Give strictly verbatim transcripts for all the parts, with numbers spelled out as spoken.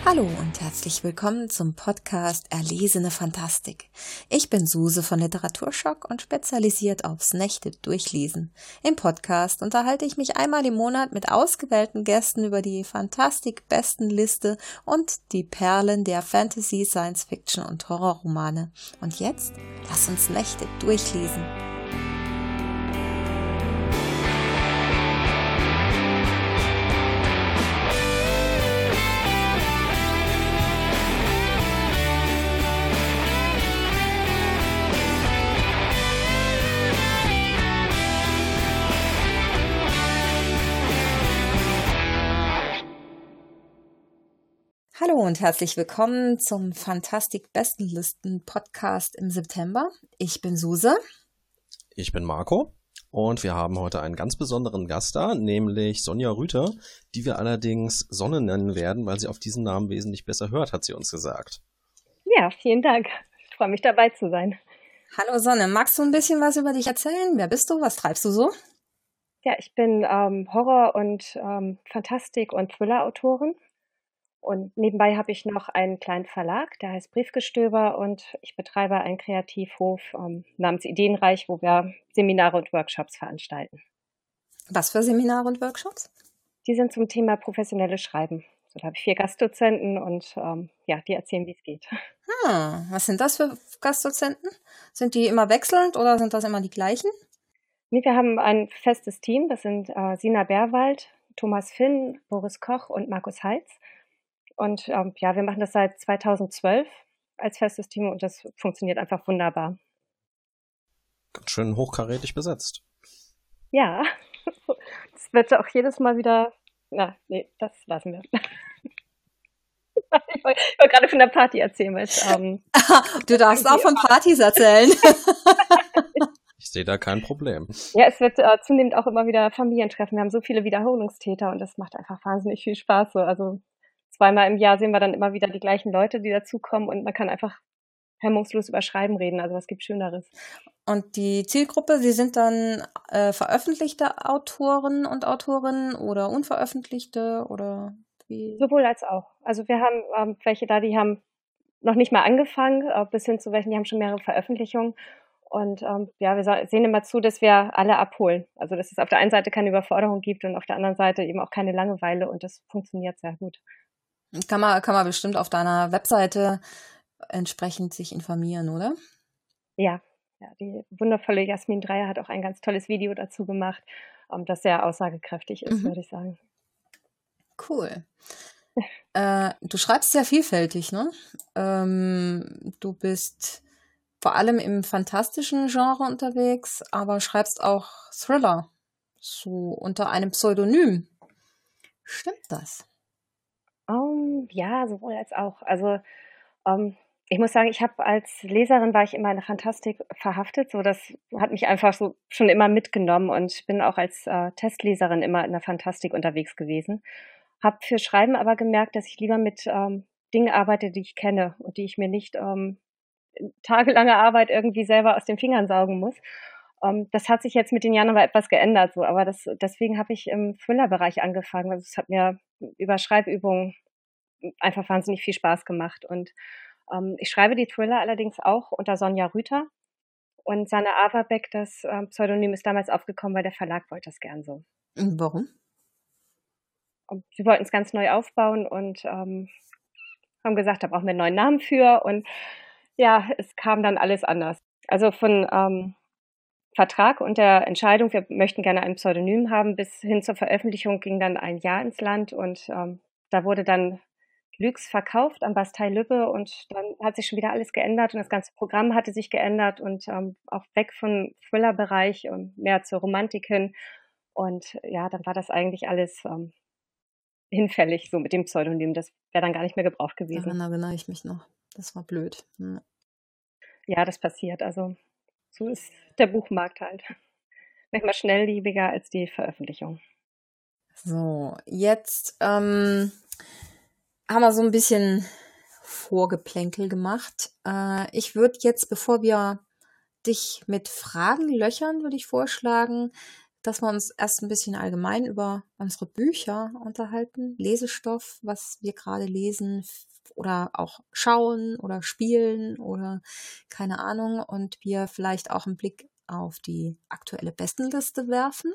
Hallo und herzlich willkommen zum Podcast Erlesene Fantastik. Ich bin Suse von Literaturschock und spezialisiert aufs Nächte durchlesen. Im Podcast unterhalte ich mich einmal im Monat mit ausgewählten Gästen über die Fantastik-Bestenliste und die Perlen der Fantasy, Science Fiction und Horrorromane. Und jetzt lass uns Nächte durchlesen. Hallo und herzlich willkommen zum Fantastik-Bestenlisten-Podcast im September. Ich bin Suse. Ich bin Marco und wir haben heute einen ganz besonderen Gast da, nämlich Sonja Rüther, die wir allerdings Sonne nennen werden, weil sie auf diesen Namen wesentlich besser hört, hat sie uns gesagt. Ja, vielen Dank. Ich freue mich, dabei zu sein. Hallo Sonne, magst du ein bisschen was über dich erzählen? Wer bist du? Was treibst du so? Ja, ich bin ähm, Horror- und ähm, Fantastik- und Thriller-Autorin. Und nebenbei habe ich noch einen kleinen Verlag, der heißt Briefgestöber, und ich betreibe einen Kreativhof ähm, namens Ideenreich, wo wir Seminare und Workshops veranstalten. Was für Seminare und Workshops? Die sind zum Thema professionelles Schreiben. So, da habe ich vier Gastdozenten und ähm, ja, die erzählen, wie es geht. Ah, was sind das für Gastdozenten? Sind die immer wechselnd oder sind das immer die gleichen? Nee, wir haben ein festes Team, das sind äh, Sina Bärwald, Thomas Finn, Boris Koch und Markus Heitz. Und ähm, ja, wir machen das seit zweitausendzwölf als festes Team und das funktioniert einfach wunderbar. Ganz schön hochkarätig besetzt. Ja, das wird auch jedes Mal wieder, na, nee, das lassen wir. Ich wollte wollt gerade von der Party erzählen. Weil, ähm, du darfst auch von Partys erzählen. Ich sehe da kein Problem. Ja, es wird äh, zunehmend auch immer wieder Familientreffen. Wir haben so viele Wiederholungstäter und das macht einfach wahnsinnig viel Spaß. So. Also zweimal im Jahr sehen wir dann immer wieder die gleichen Leute, die dazukommen und man kann einfach hemmungslos über Schreiben reden. Also was gibt Schöneres? Und die Zielgruppe, Sie sind dann äh, veröffentlichte Autoren und Autorinnen oder unveröffentlichte oder wie? Sowohl als auch. Also wir haben ähm, welche da, die haben noch nicht mal angefangen, äh, bis hin zu welchen, die haben schon mehrere Veröffentlichungen. Und ähm, ja, wir sehen immer zu, dass wir alle abholen. Also dass es auf der einen Seite keine Überforderung gibt und auf der anderen Seite eben auch keine Langeweile und das funktioniert sehr gut. Kann man, kann man bestimmt auf deiner Webseite entsprechend sich informieren, oder? Ja, ja, die wundervolle Jasmin Dreier hat auch ein ganz tolles Video dazu gemacht, um, das sehr aussagekräftig ist, mhm. würde ich sagen. Cool. äh, du schreibst sehr vielfältig, ne? Ähm, du bist vor allem im fantastischen Genre unterwegs, aber schreibst auch Thriller, so unter einem Pseudonym. Stimmt das? Um, ja, sowohl als auch. Also um, ich muss sagen, ich habe als Leserin war ich immer in der Fantastik verhaftet. So, das hat mich einfach so schon immer mitgenommen und bin auch als äh, Testleserin immer in der Fantastik unterwegs gewesen. Habe für Schreiben aber gemerkt, dass ich lieber mit ähm, Dingen arbeite, die ich kenne und die ich mir nicht ähm, tagelange Arbeit irgendwie selber aus den Fingern saugen muss. Um, das hat sich jetzt mit den Jahren aber etwas geändert, so, aber das, deswegen habe ich im Thriller-Bereich angefangen. Also es hat mir über Schreibübungen einfach wahnsinnig viel Spaß gemacht. Und um, ich schreibe die Thriller allerdings auch unter Sonja Rüther. Und Sanne Averbeck, das ähm, Pseudonym ist damals aufgekommen, weil der Verlag wollte das gern so. Warum? Und sie wollten es ganz neu aufbauen und ähm, haben gesagt, da brauchen wir einen neuen Namen für. Und ja, es kam dann alles anders. Also von ähm, Vertrag und der Entscheidung, wir möchten gerne ein Pseudonym haben, bis hin zur Veröffentlichung ging dann ein Jahr ins Land und ähm, da wurde dann Lüx verkauft am Bastei-Lübbe und dann hat sich schon wieder alles geändert und das ganze Programm hatte sich geändert und ähm, auch weg vom Thriller-Bereich und mehr zur Romantik hin und ja, dann war das eigentlich alles ähm, hinfällig, so mit dem Pseudonym, das wäre dann gar nicht mehr gebraucht gewesen. Daran erinnere ich mich noch, das war blöd. Hm. Ja, das passiert, also so ist der Buchmarkt halt. Manchmal schnelllebiger als die Veröffentlichung. So, jetzt ähm, haben wir so ein bisschen Vorgeplänkel gemacht. Äh, ich würde jetzt, bevor wir dich mit Fragen löchern, würde ich vorschlagen, dass wir uns erst ein bisschen allgemein über unsere Bücher unterhalten, Lesestoff, was wir gerade lesen oder auch schauen oder spielen oder keine Ahnung, und wir vielleicht auch einen Blick auf die aktuelle Bestenliste werfen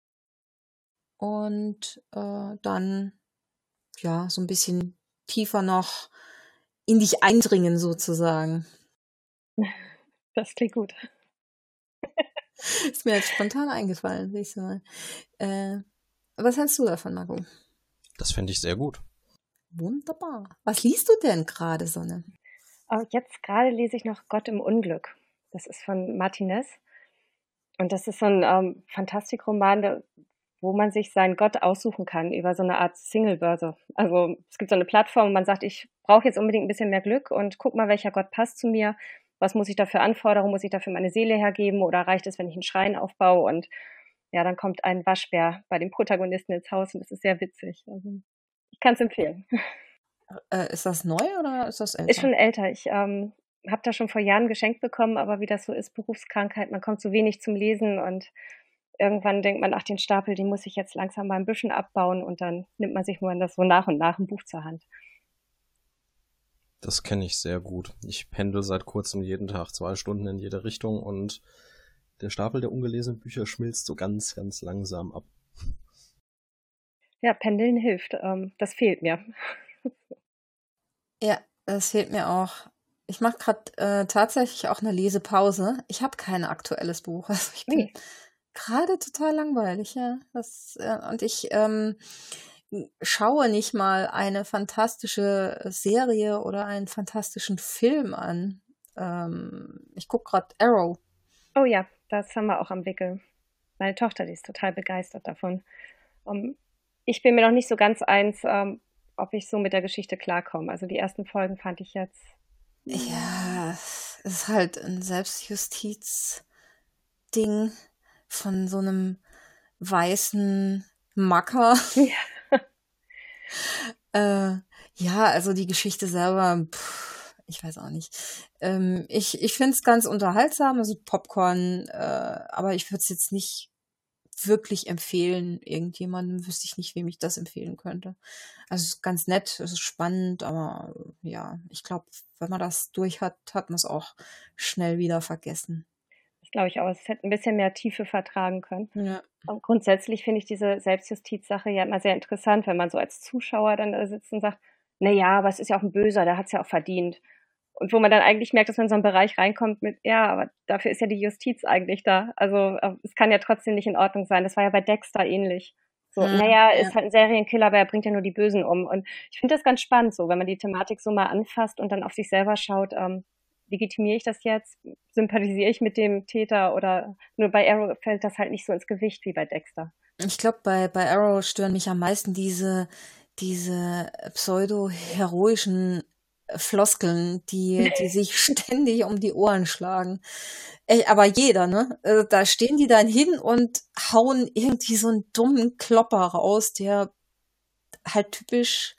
und äh, dann ja so ein bisschen tiefer noch in dich eindringen sozusagen. Das klingt gut. Ist mir jetzt spontan eingefallen, siehst du mal. Äh, was hältst du davon, Marco? Das fände ich sehr gut. Wunderbar. Was liest du denn gerade, Sonne? Aber jetzt gerade lese ich noch Gott im Unglück. Das ist von Martinez. Und das ist so ein ähm, Fantastikroman, der, wo man sich seinen Gott aussuchen kann über so eine Art Singlebörse. Also es gibt so eine Plattform, wo man sagt, ich brauche jetzt unbedingt ein bisschen mehr Glück und guck mal, welcher Gott passt zu mir. Was muss ich dafür anfordern? Muss ich dafür meine Seele hergeben? Oder reicht es, wenn ich einen Schrein aufbaue? Und ja, dann kommt ein Waschbär bei den Protagonisten ins Haus und das ist sehr witzig. Also, ich kann es empfehlen. Äh, ist das neu oder ist das älter? Ist schon älter. Ich ähm, habe das schon vor Jahren geschenkt bekommen, aber wie das so ist, Berufskrankheit, man kommt so wenig zum Lesen und irgendwann denkt man, ach, den Stapel, den muss ich jetzt langsam mal ein bisschen abbauen und dann nimmt man sich nur das so nach und nach ein Buch zur Hand. Das kenne ich sehr gut. Ich pendel seit kurzem jeden Tag zwei Stunden in jede Richtung und der Stapel der ungelesenen Bücher schmilzt so ganz, ganz langsam ab. Ja, Pendeln hilft. Ähm, das fehlt mir. Ja, das fehlt mir auch. Ich mache gerade äh, tatsächlich auch eine Lesepause. Ich habe kein aktuelles Buch. Also ich bin Nee. gerade total langweilig, ja. Das, äh, und ich ähm, schaue nicht mal eine fantastische Serie oder einen fantastischen Film an. Ähm, ich gucke gerade Arrow. Oh ja, das haben wir auch am Wickel. Meine Tochter, die ist total begeistert davon. Um, ich bin mir noch nicht so ganz eins, um, ob ich so mit der Geschichte klarkomme. Also die ersten Folgen fand ich jetzt... Ja, es ist halt ein Selbstjustiz-Ding von so einem weißen Macker. Ja. Äh, ja, also die Geschichte selber, pff, ich weiß auch nicht. Ähm, ich ich finde es ganz unterhaltsam, also Popcorn, äh, aber ich würde es jetzt nicht wirklich empfehlen. Irgendjemandem wüsste ich nicht, wem ich das empfehlen könnte. Also es ist ganz nett, es ist spannend, aber äh, ja, ich glaube, wenn man das durch hat, hat man es auch schnell wieder vergessen. Das glaube ich auch. Es hätte ein bisschen mehr Tiefe vertragen können. Ja. Und grundsätzlich finde ich diese Selbstjustiz-Sache ja immer sehr interessant, wenn man so als Zuschauer dann da sitzt und sagt, na ja, aber es ist ja auch ein Böser, der hat es ja auch verdient. Und wo man dann eigentlich merkt, dass man in so einen Bereich reinkommt mit, ja, aber dafür ist ja die Justiz eigentlich da. Also äh, es kann ja trotzdem nicht in Ordnung sein. Das war ja bei Dexter ähnlich. So, Hm, naja, ja. ist halt ein Serienkiller, aber er bringt ja nur die Bösen um. Und ich finde das ganz spannend so, wenn man die Thematik so mal anfasst und dann auf sich selber schaut, ähm, legitimiere ich das jetzt? Sympathisiere ich mit dem Täter? Oder nur bei Arrow fällt das halt nicht so ins Gewicht wie bei Dexter. Ich glaube, bei, bei Arrow stören mich am meisten diese, diese pseudo-heroischen Floskeln, die, die sich ständig um die Ohren schlagen. Ey, aber jeder, ne? Also da stehen die dann hin und hauen irgendwie so einen dummen Klopper raus, der halt typisch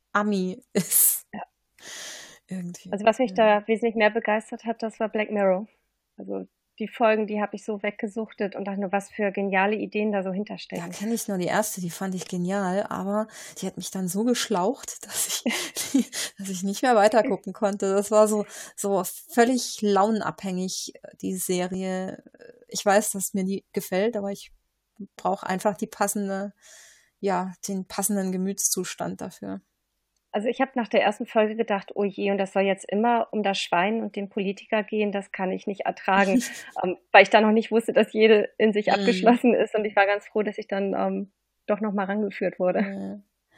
Ami ist. Ja. Irgendwie. Also was mich da wesentlich mehr begeistert hat, das war Black Mirror. Also die Folgen, die habe ich so weggesuchtet und dachte nur, was für geniale Ideen da so Da hinterstecken. kenne ich nur die erste, die fand ich genial, aber die hat mich dann so geschlaucht, dass ich, dass ich nicht mehr weitergucken konnte. Das war so, so völlig launenabhängig, die Serie. Ich weiß, dass mir die gefällt, aber ich brauche einfach die passende, ja, den passenden Gemütszustand dafür. Also ich habe nach der ersten Folge gedacht, oh je, und das soll jetzt immer um das Schwein und den Politiker gehen, das kann ich nicht ertragen, ähm, weil ich da noch nicht wusste, dass jede in sich Mm. abgeschlossen ist und ich war ganz froh, dass ich dann ähm, doch nochmal rangeführt wurde.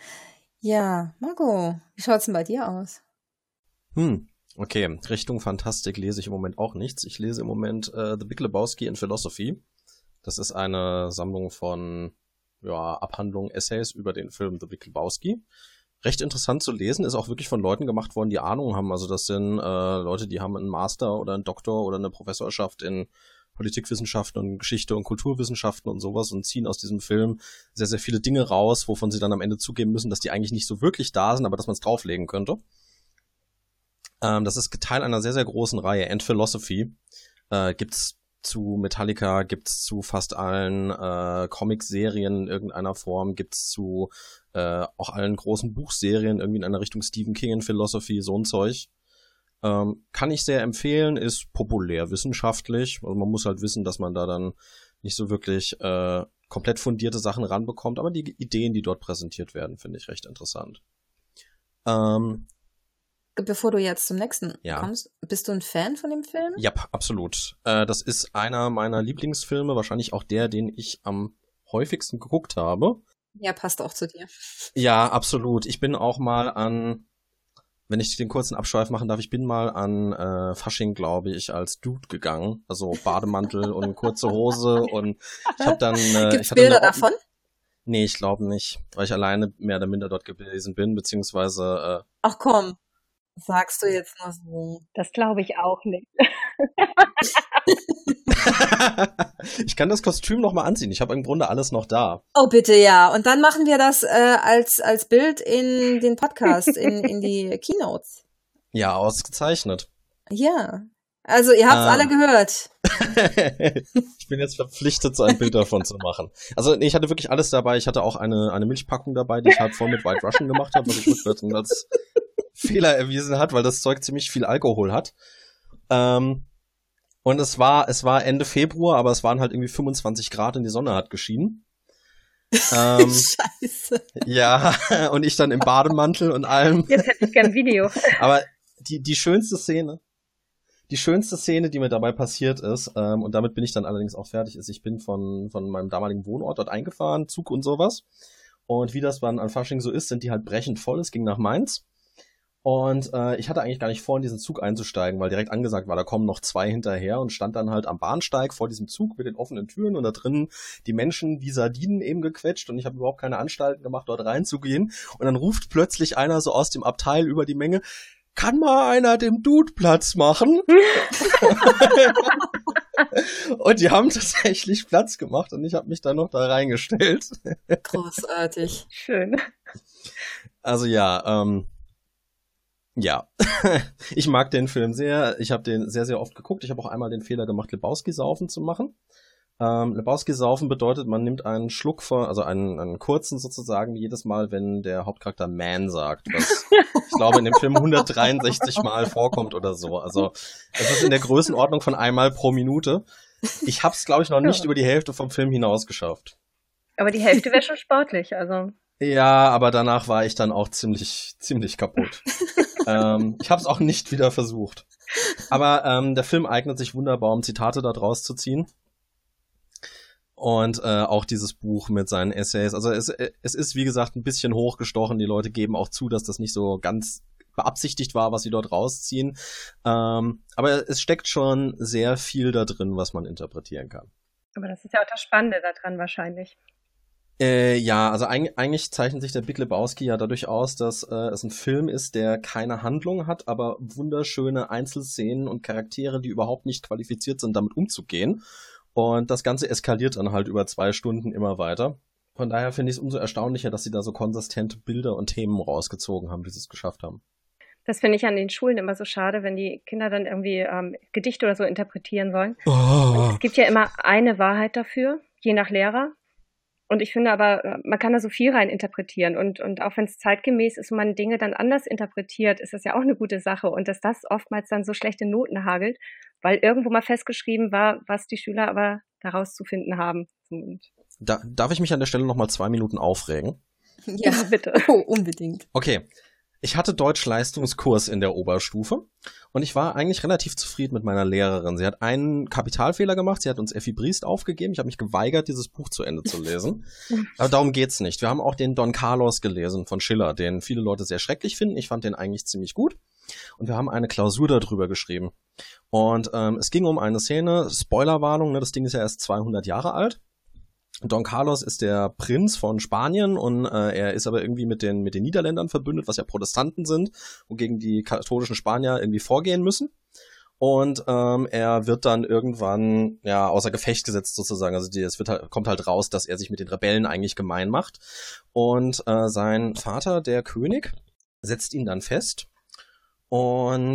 Ja, Marco, wie schaut's denn bei dir aus? Hm, okay. Richtung Fantastik lese ich im Moment auch nichts. Ich lese im Moment äh, The Big Lebowski in Philosophy. Das ist eine Sammlung von ja, Abhandlungen, Essays über den Film The Big Lebowski. Recht interessant zu lesen, ist auch wirklich von Leuten gemacht worden, die Ahnung haben. Also das sind äh, Leute, die haben einen Master oder einen Doktor oder eine Professorschaft in Politikwissenschaften und Geschichte und Kulturwissenschaften und sowas und ziehen aus diesem Film sehr, sehr viele Dinge raus, wovon sie dann am Ende zugeben müssen, dass die eigentlich nicht so wirklich da sind, aber dass man es drauflegen könnte. Ähm, das ist Teil einer sehr, sehr großen Reihe. And Philosophy äh, gibt's zu Metallica, gibt's zu fast allen äh, Comic-Serien in irgendeiner Form, gibt's zu äh, auch allen großen Buchserien irgendwie in einer Richtung Stephen King und Philosophy, so ein Zeug. Ähm, kann ich sehr empfehlen, ist populär wissenschaftlich. Also man muss halt wissen, dass man da dann nicht so wirklich äh, komplett fundierte Sachen ranbekommt, aber die Ideen, die dort präsentiert werden, finde ich recht interessant. Ähm, Bevor du jetzt zum nächsten ja. kommst, bist du ein Fan von dem Film? Ja, absolut. Äh, das ist einer meiner Lieblingsfilme, wahrscheinlich auch der, den ich am häufigsten geguckt habe. Ja, passt auch zu dir. Ja, absolut. Ich bin auch mal an, wenn ich den kurzen Abschweif machen darf, ich bin mal an äh, Fasching, glaube ich, als Dude gegangen. Also Bademantel und kurze Hose und ich habe dann... Äh, Gibt's ich hatte Bilder eine, davon? Nee, ich glaube nicht, weil ich alleine mehr oder minder dort gewesen bin, beziehungsweise... Äh, Ach komm, sagst du jetzt nur so. Das glaube ich auch nicht. Ich kann das Kostüm noch mal anziehen. Ich habe im Grunde alles noch da. Oh, bitte, ja. Und dann machen wir das äh, als als Bild in den Podcast, in, in die Keynotes. Ja, ausgezeichnet. Ja. Also, ihr habt's Ähm. alle gehört. Ich bin jetzt verpflichtet, so ein Bild davon zu machen. Also, nee, ich hatte wirklich alles dabei. Ich hatte auch eine eine Milchpackung dabei, die ich halt voll mit White Russian gemacht habe, was ich rückwärts als Fehler erwiesen hat, weil das Zeug ziemlich viel Alkohol hat. Ähm, und es war, es war Ende Februar, aber es waren halt irgendwie fünfundzwanzig Grad und die Sonne hat geschienen. Ähm, Scheiße. ja, und ich dann im Bademantel und allem. Jetzt hätte ich gern ein Video. Aber die, die schönste Szene, die schönste Szene, die mir dabei passiert ist, ähm, und damit bin ich dann allerdings auch fertig, ist, ich bin von, von meinem damaligen Wohnort dort eingefahren, Zug und sowas. Und wie das dann an Fasching so ist, sind die halt brechend voll. Es ging nach Mainz. Und äh, ich hatte eigentlich gar nicht vor, in diesen Zug einzusteigen, weil direkt angesagt war, da kommen noch zwei hinterher und stand dann halt am Bahnsteig vor diesem Zug mit den offenen Türen und da drinnen die Menschen wie Sardinen eben gequetscht und ich habe überhaupt keine Anstalten gemacht, dort reinzugehen. Und dann ruft plötzlich einer so aus dem Abteil über die Menge, kann mal einer dem Dude Platz machen? Und die haben tatsächlich Platz gemacht und ich habe mich dann noch da reingestellt. Großartig. Schön. Also ja, ähm, ja, ich mag den Film sehr. Ich habe den sehr, sehr oft geguckt. Ich habe auch einmal den Fehler gemacht, Lebowski-Saufen zu machen. Ähm, Lebowski-Saufen bedeutet, man nimmt einen Schluck von, also einen, einen kurzen sozusagen, jedes Mal, wenn der Hauptcharakter Man sagt, was ich glaube in dem Film hundertdreiundsechzig Mal vorkommt oder so. Also es ist in der Größenordnung von einmal pro Minute. Ich habe es, glaube ich, noch nicht Ja. über die Hälfte vom Film hinaus geschafft. Aber die Hälfte wäre schon sportlich, also. Ja, aber danach war ich dann auch ziemlich, ziemlich kaputt. ähm, ich habe es auch nicht wieder versucht. Aber ähm, der Film eignet sich wunderbar, um Zitate da draus zu ziehen. Und äh, auch dieses Buch mit seinen Essays. Also es, es ist, wie gesagt, ein bisschen hochgestochen. Die Leute geben auch zu, dass das nicht so ganz beabsichtigt war, was sie dort rausziehen. Ähm, aber es steckt schon sehr viel da drin, was man interpretieren kann. Aber das ist ja auch das Spannende daran wahrscheinlich. Äh, ja, also eig- eigentlich zeichnet sich der Big Lebowski ja dadurch aus, dass äh, es ein Film ist, der keine Handlung hat, aber wunderschöne Einzelszenen und Charaktere, die überhaupt nicht qualifiziert sind, damit umzugehen. Und das Ganze eskaliert dann halt über zwei Stunden immer weiter. Von daher finde ich es umso erstaunlicher, dass sie da so konsistente Bilder und Themen rausgezogen haben, wie sie es geschafft haben. Das finde ich an den Schulen immer so schade, wenn die Kinder dann irgendwie ähm, Gedichte oder so interpretieren sollen. Oh. Es gibt ja immer eine Wahrheit dafür, je nach Lehrer. Und ich finde aber, äh, man kann da so viel rein interpretieren. Und, und auch wenn es zeitgemäß ist und man Dinge dann anders interpretiert, ist das ja auch eine gute Sache. Und dass das oftmals dann so schlechte Noten hagelt, weil irgendwo mal festgeschrieben war, was die Schüler aber daraus zu finden haben. Und Da, darf ich mich an der Stelle noch mal zwei Minuten aufregen? Ja, bitte. Oh, unbedingt. Okay. Ich hatte Deutsch-Leistungskurs in der Oberstufe und ich war eigentlich relativ zufrieden mit meiner Lehrerin. Sie hat einen Kapitalfehler gemacht, sie hat uns Effi Briest aufgegeben. Ich habe mich geweigert, dieses Buch zu Ende zu lesen. Aber darum geht's nicht. Wir haben auch den Don Carlos gelesen von Schiller, den viele Leute sehr schrecklich finden. Ich fand den eigentlich ziemlich gut. Und wir haben eine Klausur darüber geschrieben. Und ähm, es ging um eine Szene, Spoilerwarnung, ne, das Ding ist ja erst zweihundert Jahre alt. Don Carlos ist der Prinz von Spanien und äh, er ist aber irgendwie mit den mit den Niederländern verbündet, was ja Protestanten sind, wogegen die katholischen Spanier irgendwie vorgehen müssen. Und ähm, er wird dann irgendwann ja außer Gefecht gesetzt sozusagen. Also die, es wird halt, kommt halt raus, dass er sich mit den Rebellen eigentlich gemein macht. Und äh, sein Vater, der König, setzt ihn dann fest. Und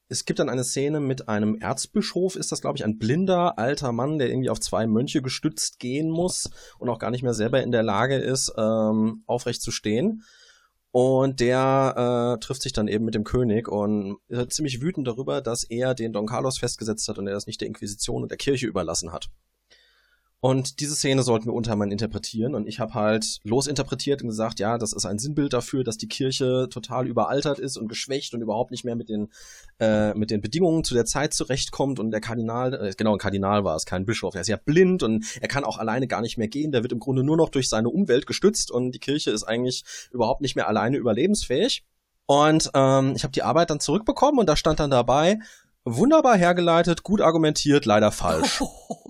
es gibt dann eine Szene mit einem Erzbischof, ist das, glaube ich, ein blinder alter Mann, der irgendwie auf zwei Mönche gestützt gehen muss und auch gar nicht mehr selber in der Lage ist, ähm, aufrecht zu stehen. Und der äh, trifft sich dann eben mit dem König und ist ziemlich wütend darüber, dass er den Don Carlos festgesetzt hat und er das nicht der Inquisition und der Kirche überlassen hat. Und diese Szene sollten wir untereinander interpretieren und ich habe halt losinterpretiert und gesagt, ja, das ist ein Sinnbild dafür, dass die Kirche total überaltert ist und geschwächt und überhaupt nicht mehr mit den äh, mit den Bedingungen zu der Zeit zurechtkommt und der Kardinal, äh, genau, ein Kardinal war es, kein Bischof, er ist ja blind und er kann auch alleine gar nicht mehr gehen, der wird im Grunde nur noch durch seine Umwelt gestützt und die Kirche ist eigentlich überhaupt nicht mehr alleine überlebensfähig. Und ähm, ich habe die Arbeit dann zurückbekommen und da stand dann dabei, wunderbar hergeleitet, gut argumentiert, leider falsch.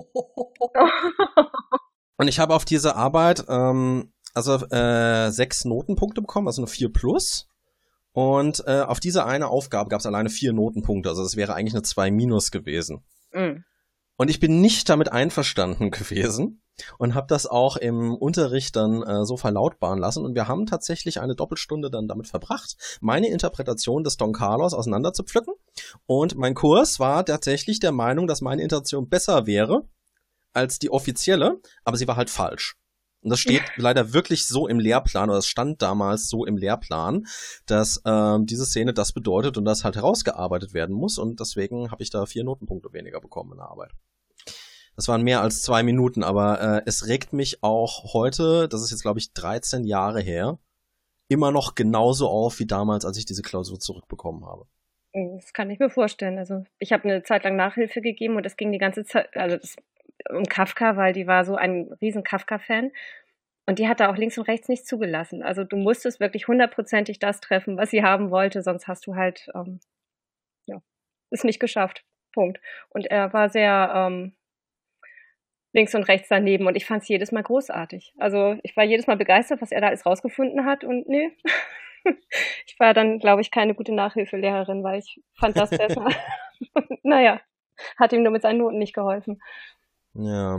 Und ich habe auf diese Arbeit ähm, also äh, sechs Notenpunkte bekommen, also eine vier plus. Und äh, auf diese eine Aufgabe gab es alleine vier Notenpunkte, also das wäre eigentlich eine zwei minus gewesen. Mm. Und ich bin nicht damit einverstanden gewesen und habe das auch im Unterricht dann äh, so verlautbaren lassen. Und wir haben tatsächlich eine Doppelstunde dann damit verbracht, meine Interpretation des Don Carlos auseinander zu pflücken. Und mein Kurs war tatsächlich der Meinung, dass meine Interpretation besser wäre als die offizielle, aber sie war halt falsch. Und das steht leider wirklich so im Lehrplan, oder es stand damals so im Lehrplan, dass ähm, diese Szene das bedeutet und das halt herausgearbeitet werden muss. Und deswegen habe ich da vier Notenpunkte weniger bekommen in der Arbeit. Das waren mehr als zwei Minuten, aber äh, es regt mich auch heute, das ist jetzt glaube ich dreizehn Jahre her, immer noch genauso auf wie damals, als ich diese Klausur zurückbekommen habe. Das kann ich mir vorstellen. Also ich habe eine Zeit lang Nachhilfe gegeben und das ging die ganze Zeit, also das um Kafka, weil die war so ein riesen Kafka-Fan und die hat da auch links und rechts nicht zugelassen. Also du musstest wirklich hundertprozentig das treffen, was sie haben wollte, sonst hast du halt ähm, ja, es nicht geschafft. Punkt. Und er war sehr ähm, links und rechts daneben und ich fand es jedes Mal großartig. Also ich war jedes Mal begeistert, was er da alles rausgefunden hat und nö. Ich war dann, glaube ich, keine gute Nachhilfelehrerin, weil ich fand das besser. Naja, hat ihm nur mit seinen Noten nicht geholfen. Ja.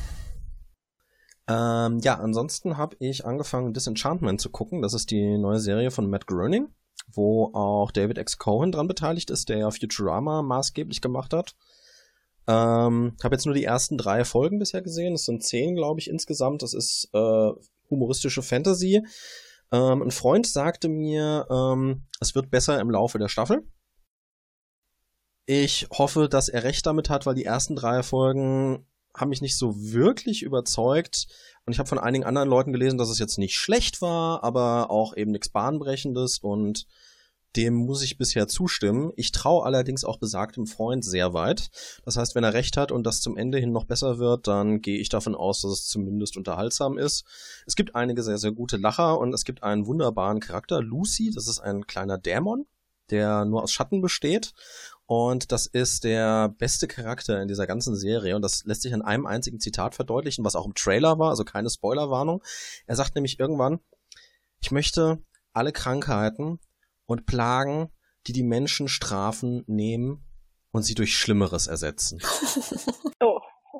Ähm, ja, ansonsten habe ich angefangen, Disenchantment zu gucken. Das ist die neue Serie von Matt Groening, wo auch David X. Cohen dran beteiligt ist, der ja Futurama maßgeblich gemacht hat. Ähm, habe jetzt nur die ersten drei Folgen bisher gesehen. Es sind zehn, glaube ich, insgesamt. Das ist äh, humoristische Fantasy. Ähm, ein Freund sagte mir, ähm, es wird besser im Laufe der Staffel. Ich hoffe, dass er recht damit hat, weil die ersten drei Folgen haben mich nicht so wirklich überzeugt. Und ich habe von einigen anderen Leuten gelesen, dass es jetzt nicht schlecht war, aber auch eben nichts Bahnbrechendes. Und dem muss ich bisher zustimmen. Ich traue allerdings auch besagtem Freund sehr weit. Das heißt, wenn er recht hat und das zum Ende hin noch besser wird, dann gehe ich davon aus, dass es zumindest unterhaltsam ist. Es gibt einige sehr, sehr gute Lacher und es gibt einen wunderbaren Charakter. Lucy, das ist ein kleiner Dämon, der nur aus Schatten besteht. Und das ist der beste Charakter in dieser ganzen Serie. Und das lässt sich an einem einzigen Zitat verdeutlichen, was auch im Trailer war, also keine Spoilerwarnung. Er sagt nämlich irgendwann, ich möchte alle Krankheiten und Plagen, die die Menschen strafen, nehmen und sie durch Schlimmeres ersetzen. Oh.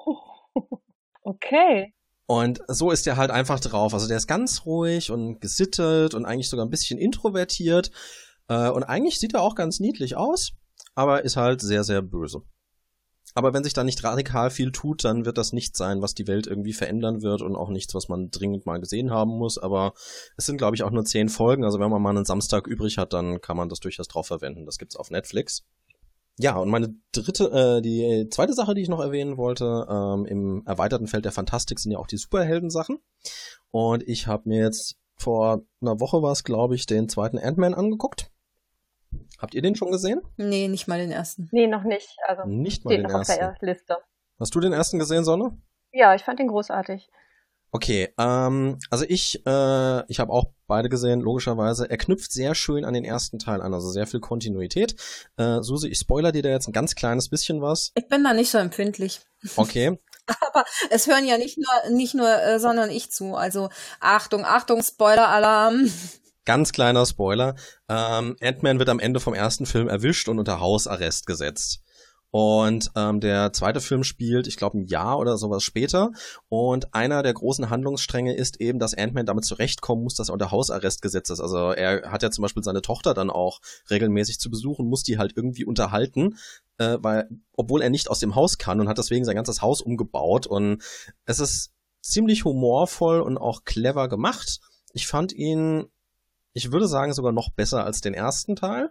Okay. Und so ist er halt einfach drauf. Also der ist ganz ruhig und gesittet und eigentlich sogar ein bisschen introvertiert. Und eigentlich sieht er auch ganz niedlich aus, aber ist halt sehr, sehr böse. Aber wenn sich da nicht radikal viel tut, dann wird das nichts sein, was die Welt irgendwie verändern wird und auch nichts, was man dringend mal gesehen haben muss. Aber es sind, glaube ich, auch nur zehn Folgen. Also wenn man mal einen Samstag übrig hat, dann kann man das durchaus drauf verwenden. Das gibt's auf Netflix. Ja, und meine dritte, äh, die zweite Sache, die ich noch erwähnen wollte, ähm, im erweiterten Feld der Fantastik sind ja auch die Superhelden-Sachen. Und ich habe mir jetzt vor einer Woche war es, glaube ich, den zweiten Ant-Man angeguckt. Habt ihr den schon gesehen? Nee, nicht mal den ersten. Nee, noch nicht. Also nicht mal den noch ersten. Auf der Liste. Hast du den ersten gesehen, Sonne? Ja, ich fand den großartig. Okay, ähm, also ich, äh, ich habe auch beide gesehen, logischerweise. Er knüpft sehr schön an den ersten Teil an, also sehr viel Kontinuität. Äh, Susi, ich spoiler dir da jetzt ein ganz kleines bisschen was. Ich bin da nicht so empfindlich. Okay. Aber es hören ja nicht nur, nicht nur, äh, sondern ich zu. Also Achtung, Achtung, Spoiler-Alarm. Ganz kleiner Spoiler. Ähm, Ant-Man wird am Ende vom ersten Film erwischt und unter Hausarrest gesetzt. Und ähm, der zweite Film spielt, ich glaube, ein Jahr oder sowas später. Und einer der großen Handlungsstränge ist eben, dass Ant-Man damit zurechtkommen muss, dass er unter Hausarrest gesetzt ist. Also er hat ja zum Beispiel seine Tochter dann auch regelmäßig zu besuchen, muss die halt irgendwie unterhalten, äh, weil, obwohl er nicht aus dem Haus kann, und hat deswegen sein ganzes Haus umgebaut. Und es ist ziemlich humorvoll und auch clever gemacht. Ich fand ihn, ich würde sagen, sogar noch besser als den ersten Teil.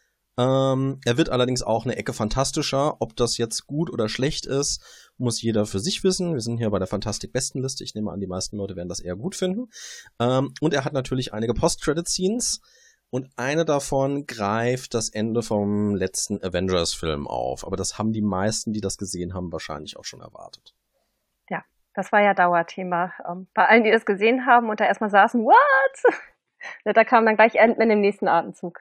Ähm, er wird allerdings auch eine Ecke fantastischer. Ob das jetzt gut oder schlecht ist, muss jeder für sich wissen. Wir sind hier bei der Fantastik-Bestenliste. Ich nehme an, die meisten Leute werden das eher gut finden. Ähm, und er hat natürlich einige Post-Credit-Scenes. Und eine davon greift das Ende vom letzten Avengers-Film auf. Aber das haben die meisten, die das gesehen haben, wahrscheinlich auch schon erwartet. Ja, das war ja Dauerthema. Ähm, bei allen, die das gesehen haben und da erstmal saßen, what? Da kam dann gleich Ant-Man im nächsten Atemzug.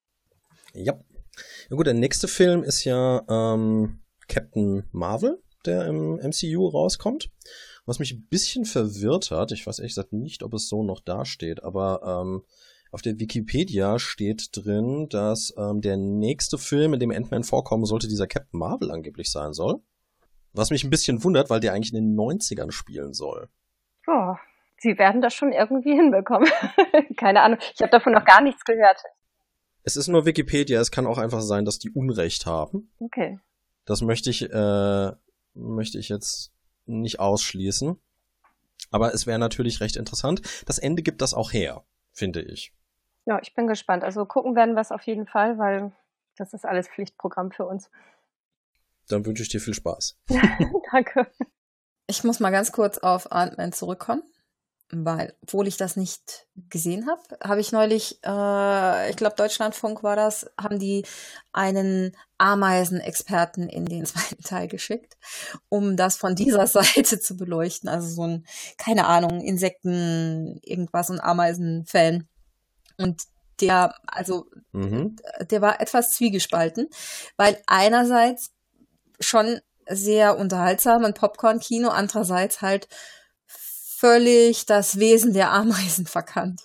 Ja. Ja gut, der nächste Film ist ja ähm, Captain Marvel, der im M C U rauskommt. Was mich ein bisschen verwirrt hat, ich weiß ehrlich gesagt nicht, ob es so noch dasteht, aber ähm, auf der Wikipedia steht drin, dass ähm, der nächste Film, in dem Ant-Man vorkommen sollte, dieser Captain Marvel angeblich sein soll. Was mich ein bisschen wundert, weil der eigentlich in den neunzigern spielen soll. Oh, sie werden das schon irgendwie hinbekommen. Keine Ahnung, ich habe davon noch gar nichts gehört. Es ist nur Wikipedia, es kann auch einfach sein, dass die Unrecht haben. Okay. Das möchte ich, äh, möchte ich jetzt nicht ausschließen. Aber es wäre natürlich recht interessant. Das Ende gibt das auch her, finde ich. Ja, ich bin gespannt. Also gucken werden wir es auf jeden Fall, weil das ist alles Pflichtprogramm für uns. Dann wünsche ich dir viel Spaß. Danke. Ich muss mal ganz kurz auf Ant-Man zurückkommen. Weil, obwohl ich das nicht gesehen habe, habe ich neulich, äh, ich glaube Deutschlandfunk war das, haben die einen Ameisenexperten in den zweiten Teil geschickt, um das von dieser Seite zu beleuchten. Also so ein, keine Ahnung, Insekten, irgendwas, ein Ameisenfan. Und der, also, mhm. der war etwas zwiegespalten, weil einerseits schon sehr unterhaltsam und Popcorn-Kino, andererseits halt völlig das Wesen der Ameisen verkannt.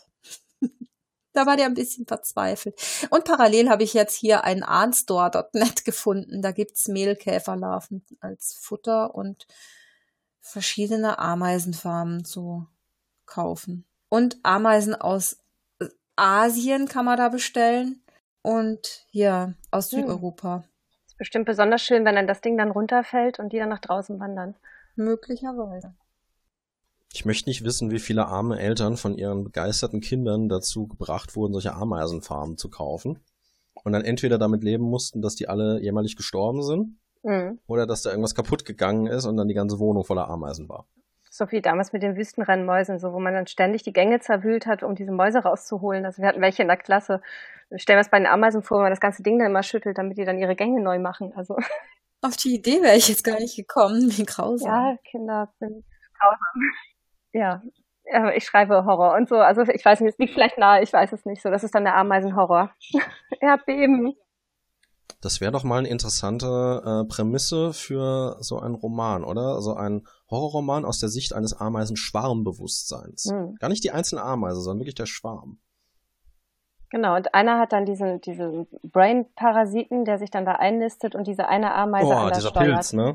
Da war der ein bisschen verzweifelt. Und parallel habe ich jetzt hier einen arnstore Punkt net gefunden. Da gibt's Mehlkäferlarven als Futter und verschiedene Ameisenfarmen zu kaufen. Und Ameisen aus Asien kann man da bestellen. Und hier aus hm. Südeuropa. Ist bestimmt besonders schön, wenn dann das Ding dann runterfällt und die dann nach draußen wandern. Möglicherweise. Ich möchte nicht wissen, wie viele arme Eltern von ihren begeisterten Kindern dazu gebracht wurden, solche Ameisenfarmen zu kaufen. Und dann entweder damit leben mussten, dass die alle jämmerlich gestorben sind, mhm. oder dass da irgendwas kaputt gegangen ist und dann die ganze Wohnung voller Ameisen war. So wie damals mit den Wüstenrennmäusen, so wo man dann ständig die Gänge zerwühlt hat, um diese Mäuse rauszuholen. Also wir hatten welche in der Klasse. Stellen wir es bei den Ameisen vor, wenn man das ganze Ding dann immer schüttelt, damit die dann ihre Gänge neu machen. Also auf die Idee wäre ich jetzt gar nicht gekommen, wie grausam. Ja, Kinder sind grausam. Ja, ich schreibe Horror und so. Also ich weiß nicht, es liegt vielleicht nahe, ich weiß es nicht so. Das ist dann der Ameisenhorror. Erdbeben. Das wäre doch mal eine interessante äh, Prämisse für so einen Roman, oder? Also ein Horrorroman aus der Sicht eines Ameisenschwarmbewusstseins. Hm. Gar nicht die einzelne Ameise, sondern wirklich der Schwarm. Genau, und einer hat dann diesen, diesen Brain-Parasiten, der sich dann da einnistet und diese eine Ameise oh, anders dieser steuert. Pilz, ne?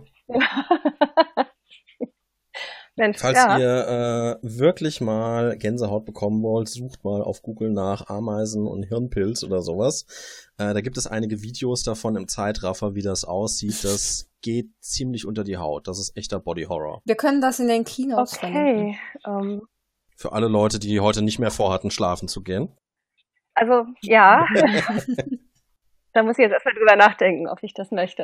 Mensch, Falls ja. ihr äh, wirklich mal Gänsehaut bekommen wollt, sucht mal auf Google nach Ameisen und Hirnpilz oder sowas. Äh, da gibt es einige Videos davon im Zeitraffer, wie das aussieht. Das geht ziemlich unter die Haut. Das ist echter Body Horror. Wir können das in den Kinos Okay. verlinken. Um, Für alle Leute, die heute nicht mehr vorhatten, schlafen zu gehen. Also, ja. Da muss ich jetzt erstmal drüber nachdenken, ob ich das möchte.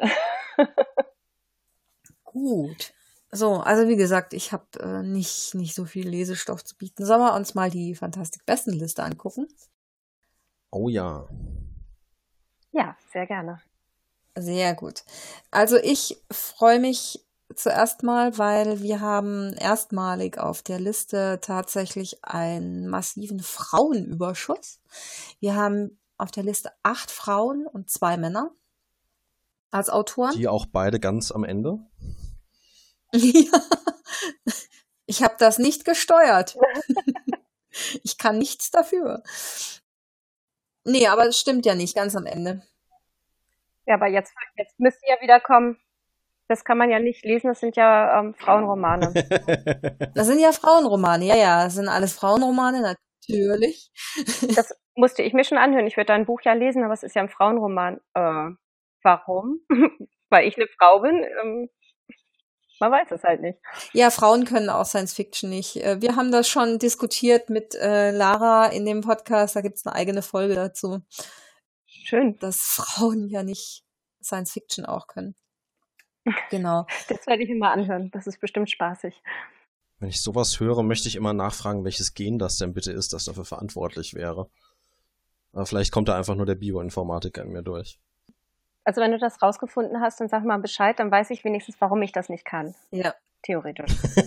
Gut. So, also wie gesagt, ich habe äh, nicht, nicht so viel Lesestoff zu bieten. Sollen wir uns mal die Fantastik-Bestenliste angucken? Oh ja. Ja, sehr gerne. Sehr gut. Also ich freue mich zuerst mal, weil wir haben erstmalig auf der Liste tatsächlich einen massiven Frauenüberschuss. Wir haben auf der Liste acht Frauen und zwei Männer als Autoren. Die auch beide ganz am Ende? Ja, ich habe das nicht gesteuert. Ich kann nichts dafür. Nee, aber es stimmt ja nicht, ganz am Ende. Ja, aber jetzt, jetzt müsst ihr ja wieder kommen. Das kann man ja nicht lesen, das sind ja ähm, Frauenromane. Das sind ja Frauenromane, ja, ja, das sind alles Frauenromane, natürlich. Das musste ich mir schon anhören. Ich würde dein Buch ja lesen, aber es ist ja ein Frauenroman. Äh, warum? Weil ich eine Frau bin? Ähm, man weiß es halt nicht. Ja, Frauen können auch Science Fiction nicht. Äh, Wir haben das schon diskutiert mit äh, Lara in dem Podcast, da gibt's eine eigene Folge dazu, Schön. dass Frauen ja nicht Science Fiction auch können. Genau. Das werde ich mir mal anhören. Das ist bestimmt spaßig. Wenn ich sowas höre, möchte ich immer nachfragen, welches Gen das denn bitte ist, das dafür verantwortlich wäre. Aber vielleicht kommt da einfach nur der Bioinformatiker in mir durch. Also wenn du das rausgefunden hast, dann sag mal Bescheid, dann weiß ich wenigstens, warum ich das nicht kann. Ja. Theoretisch.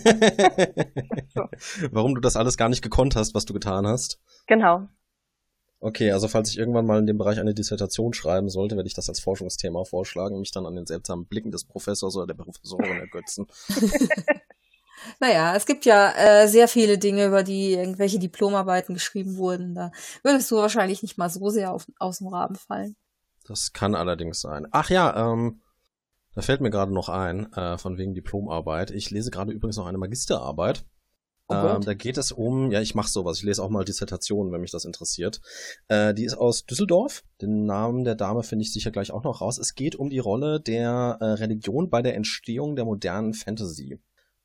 So. Warum du das alles gar nicht gekonnt hast, was du getan hast. Genau. Okay, also falls ich irgendwann mal in dem Bereich eine Dissertation schreiben sollte, werde ich das als Forschungsthema vorschlagen und mich dann an den seltsamen Blicken des Professors oder der Professorin ergötzen. Naja, es gibt ja äh, sehr viele Dinge, über die irgendwelche Diplomarbeiten geschrieben wurden. Da würdest du wahrscheinlich nicht mal so sehr auf, aus dem Rahmen fallen. Das kann allerdings sein. Ach ja, ähm, da fällt mir gerade noch ein, äh, von wegen Diplomarbeit. Ich lese gerade übrigens noch eine Magisterarbeit. Oh ähm, Gott. da geht es um, ja, ich mache sowas, ich lese auch mal Dissertationen, wenn mich das interessiert. Äh, die ist aus Düsseldorf. Den Namen der Dame finde ich sicher gleich auch noch raus. Es geht um die Rolle der äh, Religion bei der Entstehung der modernen Fantasy.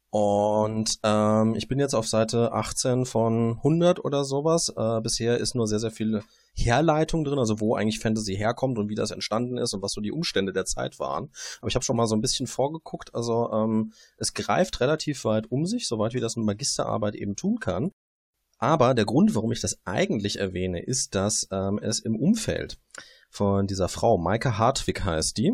Und ähm, ich bin jetzt auf Seite achtzehn von hundert oder sowas. Äh, bisher ist nur sehr, sehr viel Herleitung drin, also wo eigentlich Fantasy herkommt und wie das entstanden ist und was so die Umstände der Zeit waren. Aber ich habe schon mal so ein bisschen vorgeguckt. Also ähm, es greift relativ weit um sich, soweit wie das eine Magisterarbeit eben tun kann. Aber der Grund, warum ich das eigentlich erwähne, ist, dass ähm, es im Umfeld von dieser Frau, Maike Hartwig heißt die,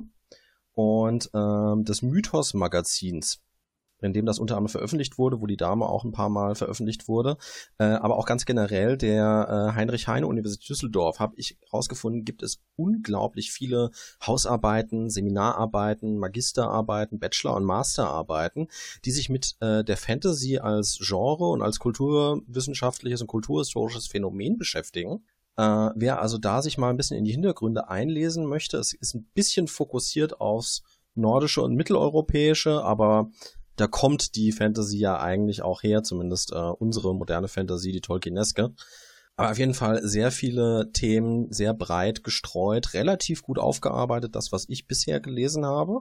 und ähm, des Mythos-Magazins, in dem das unter anderem veröffentlicht wurde, wo die Dame auch ein paar Mal veröffentlicht wurde, äh, aber auch ganz generell der äh, Heinrich-Heine-Universität Düsseldorf, habe ich herausgefunden, gibt es unglaublich viele Hausarbeiten, Seminararbeiten, Magisterarbeiten, Bachelor- und Masterarbeiten, die sich mit äh, der Fantasy als Genre und als kulturwissenschaftliches und kulturhistorisches Phänomen beschäftigen. Äh, wer also da sich mal ein bisschen in die Hintergründe einlesen möchte, es ist ein bisschen fokussiert aufs Nordische und Mitteleuropäische, aber da kommt die Fantasy ja eigentlich auch her, zumindest äh, unsere moderne Fantasy, die Tolkieneske. Aber auf jeden Fall sehr viele Themen, sehr breit gestreut, relativ gut aufgearbeitet, das, was ich bisher gelesen habe.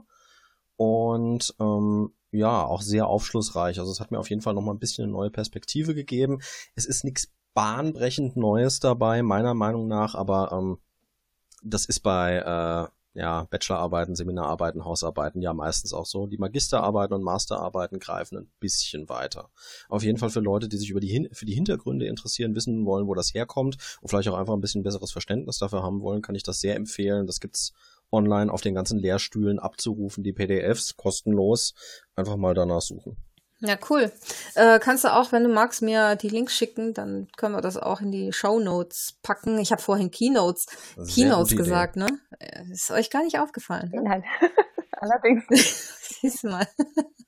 Und ähm, ja, auch sehr aufschlussreich. Also es hat mir auf jeden Fall nochmal ein bisschen eine neue Perspektive gegeben. Es ist nichts bahnbrechend Neues dabei, meiner Meinung nach, aber ähm, das ist bei äh, ja, Bachelorarbeiten, Seminararbeiten, Hausarbeiten ja meistens auch so. Die Magisterarbeiten und Masterarbeiten greifen ein bisschen weiter. Auf jeden Fall für Leute, die sich über die Hin- für die Hintergründe interessieren, wissen wollen, wo das herkommt und vielleicht auch einfach ein bisschen besseres Verständnis dafür haben wollen, kann ich das sehr empfehlen. Das gibt's online auf den ganzen Lehrstühlen abzurufen, die P D Fs, kostenlos. Einfach mal danach suchen. Ja, cool. Äh, kannst du auch, wenn du magst, mir die Links schicken, dann können wir das auch in die Shownotes packen. Ich habe vorhin Keynotes, Sehr Keynotes gute Idee. gesagt, ne? Äh, Ist euch gar nicht aufgefallen, ne? Nein. Allerdings. Siehst du mal.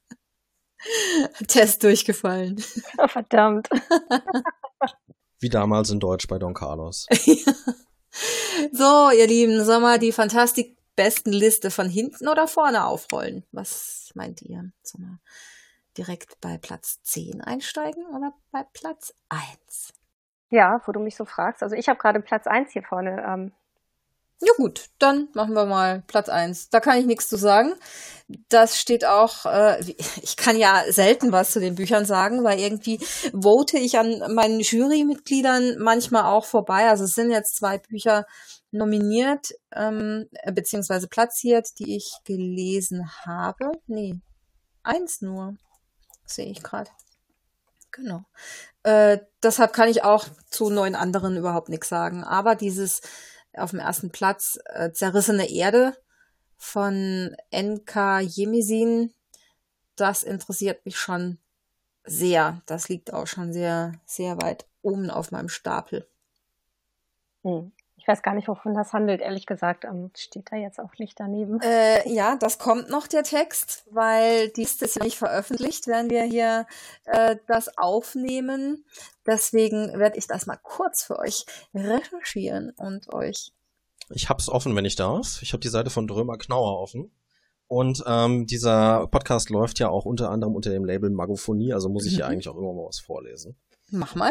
Test durchgefallen. Oh, verdammt. Wie damals in Deutsch bei Don Carlos. So, ihr Lieben, sollen wir die Fantastik-Besten-Liste von hinten oder vorne aufrollen? Was meint ihr? Sollen wir direkt bei Platz zehn einsteigen oder bei Platz eins? Ja, wo du mich so fragst. Also ich habe gerade Platz eins hier vorne. Ähm, Ja gut, dann machen wir mal Platz eins. Da kann ich nichts zu sagen. Das steht auch, äh, ich kann ja selten was zu den Büchern sagen, weil irgendwie vote ich an meinen Jurymitgliedern manchmal auch vorbei. Also es sind jetzt zwei Bücher nominiert, ähm, beziehungsweise platziert, die ich gelesen habe. Nee, eins nur, sehe ich gerade. Genau. Äh, deshalb kann ich auch zu neun anderen überhaupt nichts sagen. Aber dieses auf dem ersten Platz äh, Zerrissene Erde von N K Jemisin, das interessiert mich schon sehr. Das liegt auch schon sehr, sehr weit oben auf meinem Stapel. hm. Ich weiß gar nicht, wovon das handelt, ehrlich gesagt. Ähm, steht da jetzt auch nicht daneben. Äh, ja, das kommt noch, der Text, weil die ist ja nicht veröffentlicht, wenn wir hier äh, das aufnehmen. Deswegen werde ich das mal kurz für euch recherchieren und euch Ich hab's offen, wenn ich darf. Ich habe die Seite von Drömer Knauer offen. Und ähm, dieser Podcast läuft ja auch unter anderem unter dem Label Magophonie, also muss ich hier Mhm. eigentlich auch immer mal was vorlesen. Mach mal.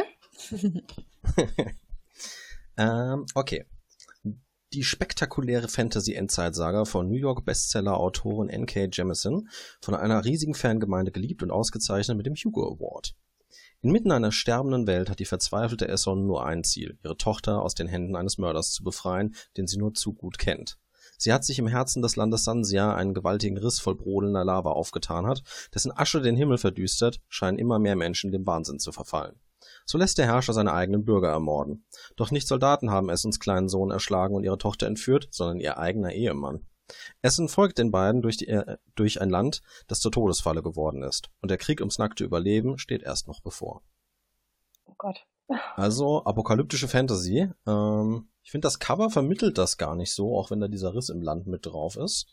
ähm, okay. Die spektakuläre Fantasy-Endzeitsaga von New York-Bestseller-Autorin N K Jemisin, von einer riesigen Fangemeinde geliebt und ausgezeichnet mit dem Hugo Award. Inmitten einer sterbenden Welt hat die verzweifelte Esson nur ein Ziel, ihre Tochter aus den Händen eines Mörders zu befreien, den sie nur zu gut kennt. Sie hat sich im Herzen des Landes Sansia einen gewaltigen Riss voll brodelnder Lava aufgetan hat, dessen Asche den Himmel verdüstert, scheinen immer mehr Menschen dem Wahnsinn zu verfallen. So lässt der Herrscher seine eigenen Bürger ermorden. Doch nicht Soldaten haben Essens kleinen Sohn erschlagen und ihre Tochter entführt, sondern ihr eigener Ehemann. Essen folgt den beiden durch, die, äh, durch ein Land, das zur Todesfalle geworden ist. Und der Krieg ums nackte Überleben steht erst noch bevor. Oh Gott. Also apokalyptische Fantasy. Ähm, ich finde, das Cover vermittelt das gar nicht so, auch wenn da dieser Riss im Land mit drauf ist.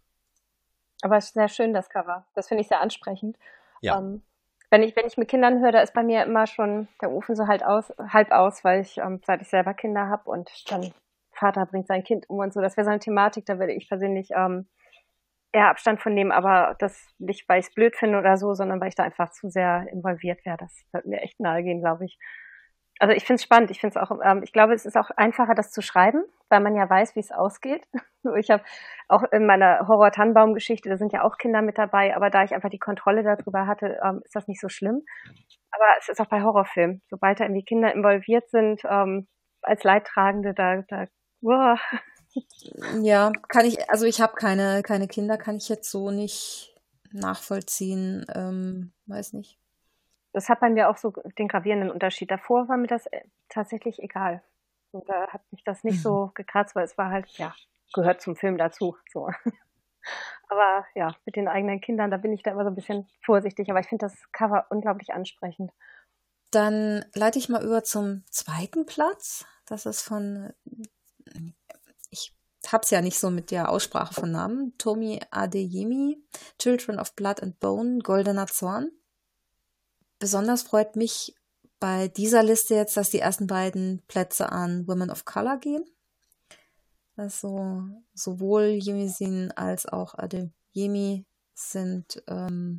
Aber es ist sehr schön, das Cover. Das finde ich sehr ansprechend. Ja. Ähm, wenn ich, wenn ich mit Kindern höre, da ist bei mir immer schon der Ofen so halt aus, halb aus, weil ich, ähm, seit ich selber Kinder habe und dann Vater bringt sein Kind um und so. Das wäre so eine Thematik, da würde ich persönlich ähm, eher Abstand von nehmen, aber das nicht, weil ich es blöd finde oder so, sondern weil ich da einfach zu sehr involviert wäre. Das wird mir echt nahe gehen, glaube ich. Also ich finde es spannend. Ich finde es auch, ähm, ich glaube, es ist auch einfacher, das zu schreiben, weil man ja weiß, wie es ausgeht. Ich habe auch in meiner Horror-Tannenbaum-Geschichte, da sind ja auch Kinder mit dabei, aber da ich einfach die Kontrolle darüber hatte, ähm, ist das nicht so schlimm. Aber es ist auch bei Horrorfilmen. Sobald da irgendwie Kinder involviert sind, ähm, als Leidtragende, da, da, uah. Ja, kann ich, also ich habe keine, keine Kinder, kann ich jetzt so nicht nachvollziehen, ähm, weiß nicht. Das hat bei mir auch so den gravierenden Unterschied. Davor war mir das äh, tatsächlich egal. Und da hat mich das nicht so gekratzt, weil es war halt, ja, gehört zum Film dazu. So. Aber ja, mit den eigenen Kindern, da bin ich da immer so ein bisschen vorsichtig. Aber ich finde das Cover unglaublich ansprechend. Dann leite ich mal über zum zweiten Platz. Das ist von, ich hab's ja nicht so mit der Aussprache von Namen, Tomi Adeyemi, Children of Blood and Bone, Goldener Zorn. Besonders freut mich bei dieser Liste jetzt, dass die ersten beiden Plätze an Women of Color gehen. Also sowohl Jemisin als auch Adeyemi sind ähm,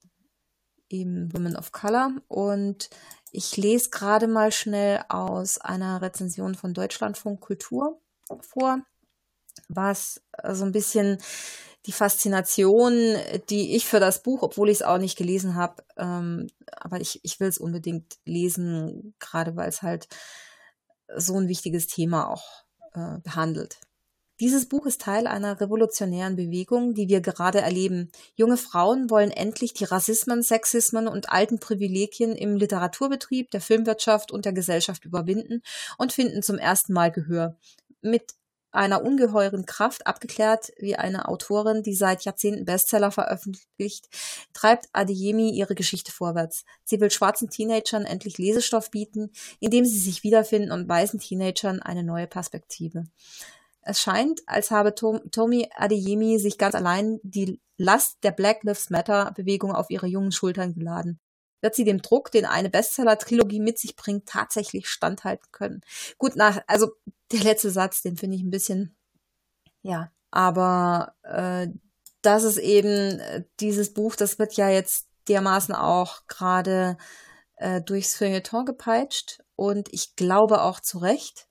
eben Women of Color. Und ich lese gerade mal schnell aus einer Rezension von Deutschlandfunk Kultur vor, was so ein bisschen die Faszination, die ich für das Buch, obwohl ich es auch nicht gelesen habe, ähm, aber ich, ich will es unbedingt lesen, gerade weil es halt so ein wichtiges Thema auch äh, behandelt. Dieses Buch ist Teil einer revolutionären Bewegung, die wir gerade erleben. Junge Frauen wollen endlich die Rassismen, Sexismen und alten Privilegien im Literaturbetrieb, der Filmwirtschaft und der Gesellschaft überwinden und finden zum ersten Mal Gehör. Mit einer ungeheuren Kraft, abgeklärt wie eine Autorin, die seit Jahrzehnten Bestseller veröffentlicht, treibt Adeyemi ihre Geschichte vorwärts. Sie will schwarzen Teenagern endlich Lesestoff bieten, indem sie sich wiederfinden und weißen Teenagern eine neue Perspektive. Es scheint, als habe Tom, Tomi Adeyemi sich ganz allein die Last der Black Lives Matter Bewegung auf ihre jungen Schultern geladen. Wird sie dem Druck, den eine Bestseller-Trilogie mit sich bringt, tatsächlich standhalten können? Gut, nach, also der letzte Satz, den finde ich ein bisschen, ja, aber äh, das ist eben äh, dieses Buch, das wird ja jetzt dermaßen auch gerade äh, durchs Feuilleton gepeitscht und ich glaube auch zu Recht.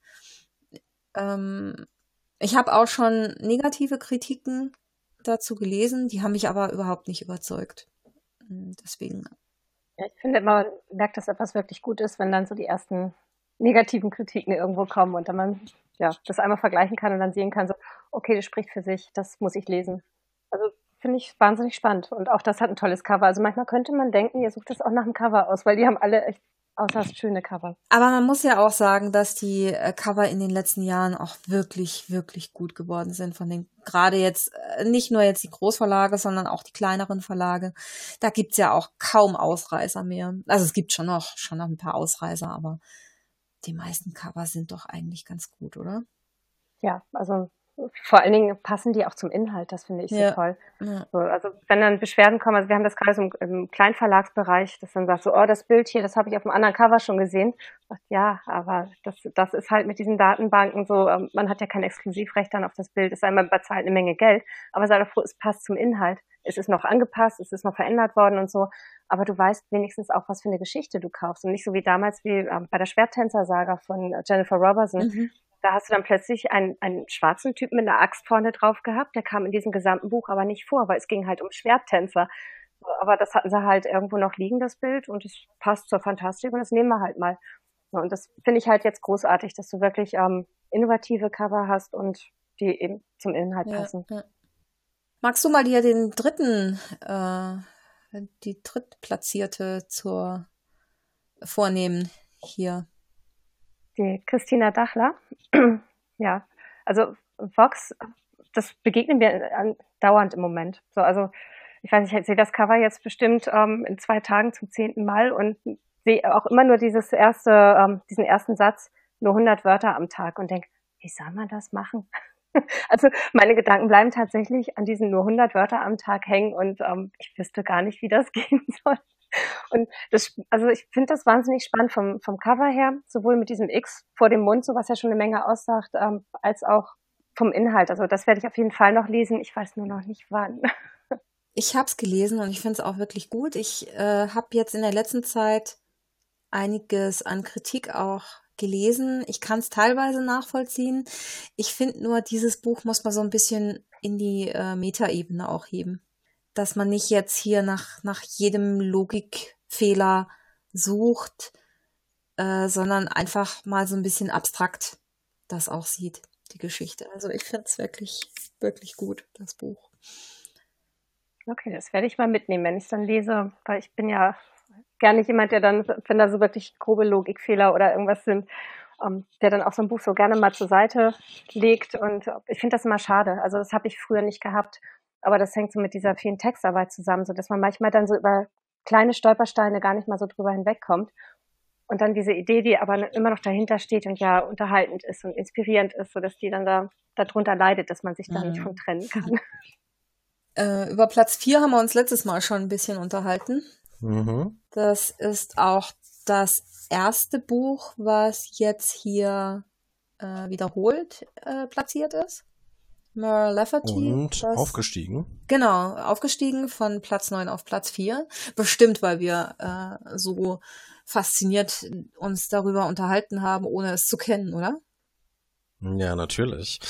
Ähm, ich habe auch schon negative Kritiken dazu gelesen, die haben mich aber überhaupt nicht überzeugt. Deswegen. Ja, ich finde, man merkt, dass etwas wirklich gut ist, wenn dann so die ersten negativen Kritiken irgendwo kommen und dann man ja, das einmal vergleichen kann und dann sehen kann, so, okay, das spricht für sich, das muss ich lesen. Also finde ich wahnsinnig spannend und auch das hat ein tolles Cover. Also manchmal könnte man denken, ihr sucht das auch nach dem Cover aus, weil die haben alle echt äußerst schöne Cover. Aber man muss ja auch sagen, dass die äh, Cover in den letzten Jahren auch wirklich, wirklich gut geworden sind von den, gerade jetzt, äh, nicht nur jetzt die Großverlage, sondern auch die kleineren Verlage. Da gibt's ja auch kaum Ausreißer mehr. Also es gibt schon noch, schon noch ein paar Ausreißer, aber die meisten Cover sind doch eigentlich ganz gut, oder? Ja, also vor allen Dingen passen die auch zum Inhalt, das finde ich Ja. so toll. Ja. So, also wenn dann Beschwerden kommen, also wir haben das gerade so im, im Kleinverlagsbereich, dass dann sagt so, oh, das Bild hier, das habe ich auf einem anderen Cover schon gesehen. Sagt, ja, aber das, das ist halt mit diesen Datenbanken so, ähm, man hat ja kein Exklusivrecht dann auf das Bild, es sei mal bezahlt eine Menge Geld, aber sei doch froh, es passt zum Inhalt. Es ist noch angepasst, es ist noch verändert worden und so, aber du weißt wenigstens auch, was für eine Geschichte du kaufst und nicht so wie damals wie ähm, bei der Schwerttänzer-Saga von äh, Jennifer Robertson. Mhm. Da hast du dann plötzlich einen, einen schwarzen Typen mit einer Axt vorne drauf gehabt, der kam in diesem gesamten Buch aber nicht vor, weil es ging halt um Schwerttänzer. Aber das hatten sie halt irgendwo noch liegen, das Bild, und es passt zur Fantastik und das nehmen wir halt mal. Und das finde ich halt jetzt großartig, dass du wirklich ähm, innovative Cover hast und die eben zum Inhalt Ja, passen. ja. Magst du mal dir den dritten, äh, die drittplatzierte zur vornehmen hier? Die Christina Dachler, ja, also Vox, das begegnet mir dauernd im Moment. So, also ich weiß nicht, ich sehe das Cover jetzt bestimmt ähm, in zwei Tagen zum zehnten Mal und sehe auch immer nur dieses erste, ähm, diesen ersten Satz, nur hundert Wörter am Tag und denke, wie soll man das machen? Also meine Gedanken bleiben tatsächlich an diesen nur hundert Wörter am Tag hängen und ähm, ich wüsste gar nicht, wie das gehen soll. Und das, also ich finde das wahnsinnig spannend vom, vom Cover her, sowohl mit diesem X vor dem Mund, so was ja schon eine Menge aussagt, ähm, als auch vom Inhalt. Also das werde ich auf jeden Fall noch lesen. Ich weiß nur noch nicht wann. Ich habe es gelesen und ich finde es auch wirklich gut. Ich äh, habe jetzt in der letzten Zeit einiges an Kritik auch gelesen. Ich kann es teilweise nachvollziehen. Ich finde nur, dieses Buch muss man so ein bisschen in die äh, Metaebene auch heben. Dass man nicht jetzt hier nach, nach jedem Logikfehler sucht, äh, sondern einfach mal so ein bisschen abstrakt das auch sieht, die Geschichte. Also ich finde es wirklich, wirklich gut, das Buch. Okay, das werde ich mal mitnehmen, wenn ich es dann lese, weil ich bin ja gar nicht jemand, der dann, wenn da so wirklich grobe Logikfehler oder irgendwas sind, um, der dann auch so ein Buch so gerne mal zur Seite legt, und ich finde das immer schade. Also das habe ich früher nicht gehabt. Aber das hängt so mit dieser vielen Textarbeit zusammen, so dass man manchmal dann so über kleine Stolpersteine gar nicht mal so drüber hinwegkommt. Und dann diese Idee, die aber immer noch dahinter steht und ja unterhaltend ist und inspirierend ist, so dass die dann da darunter leidet, dass man sich da Mhm. nicht von trennen kann. Äh, über Platz vier haben wir uns letztes Mal schon ein bisschen unterhalten. Mhm. Das ist auch das erste Buch, was jetzt hier äh, wiederholt äh, platziert ist. Mur Lafferty. Und das, aufgestiegen. Genau, aufgestiegen von Platz neun auf Platz vier. Bestimmt, weil wir äh, so fasziniert uns darüber unterhalten haben, ohne es zu kennen, oder? Ja, natürlich.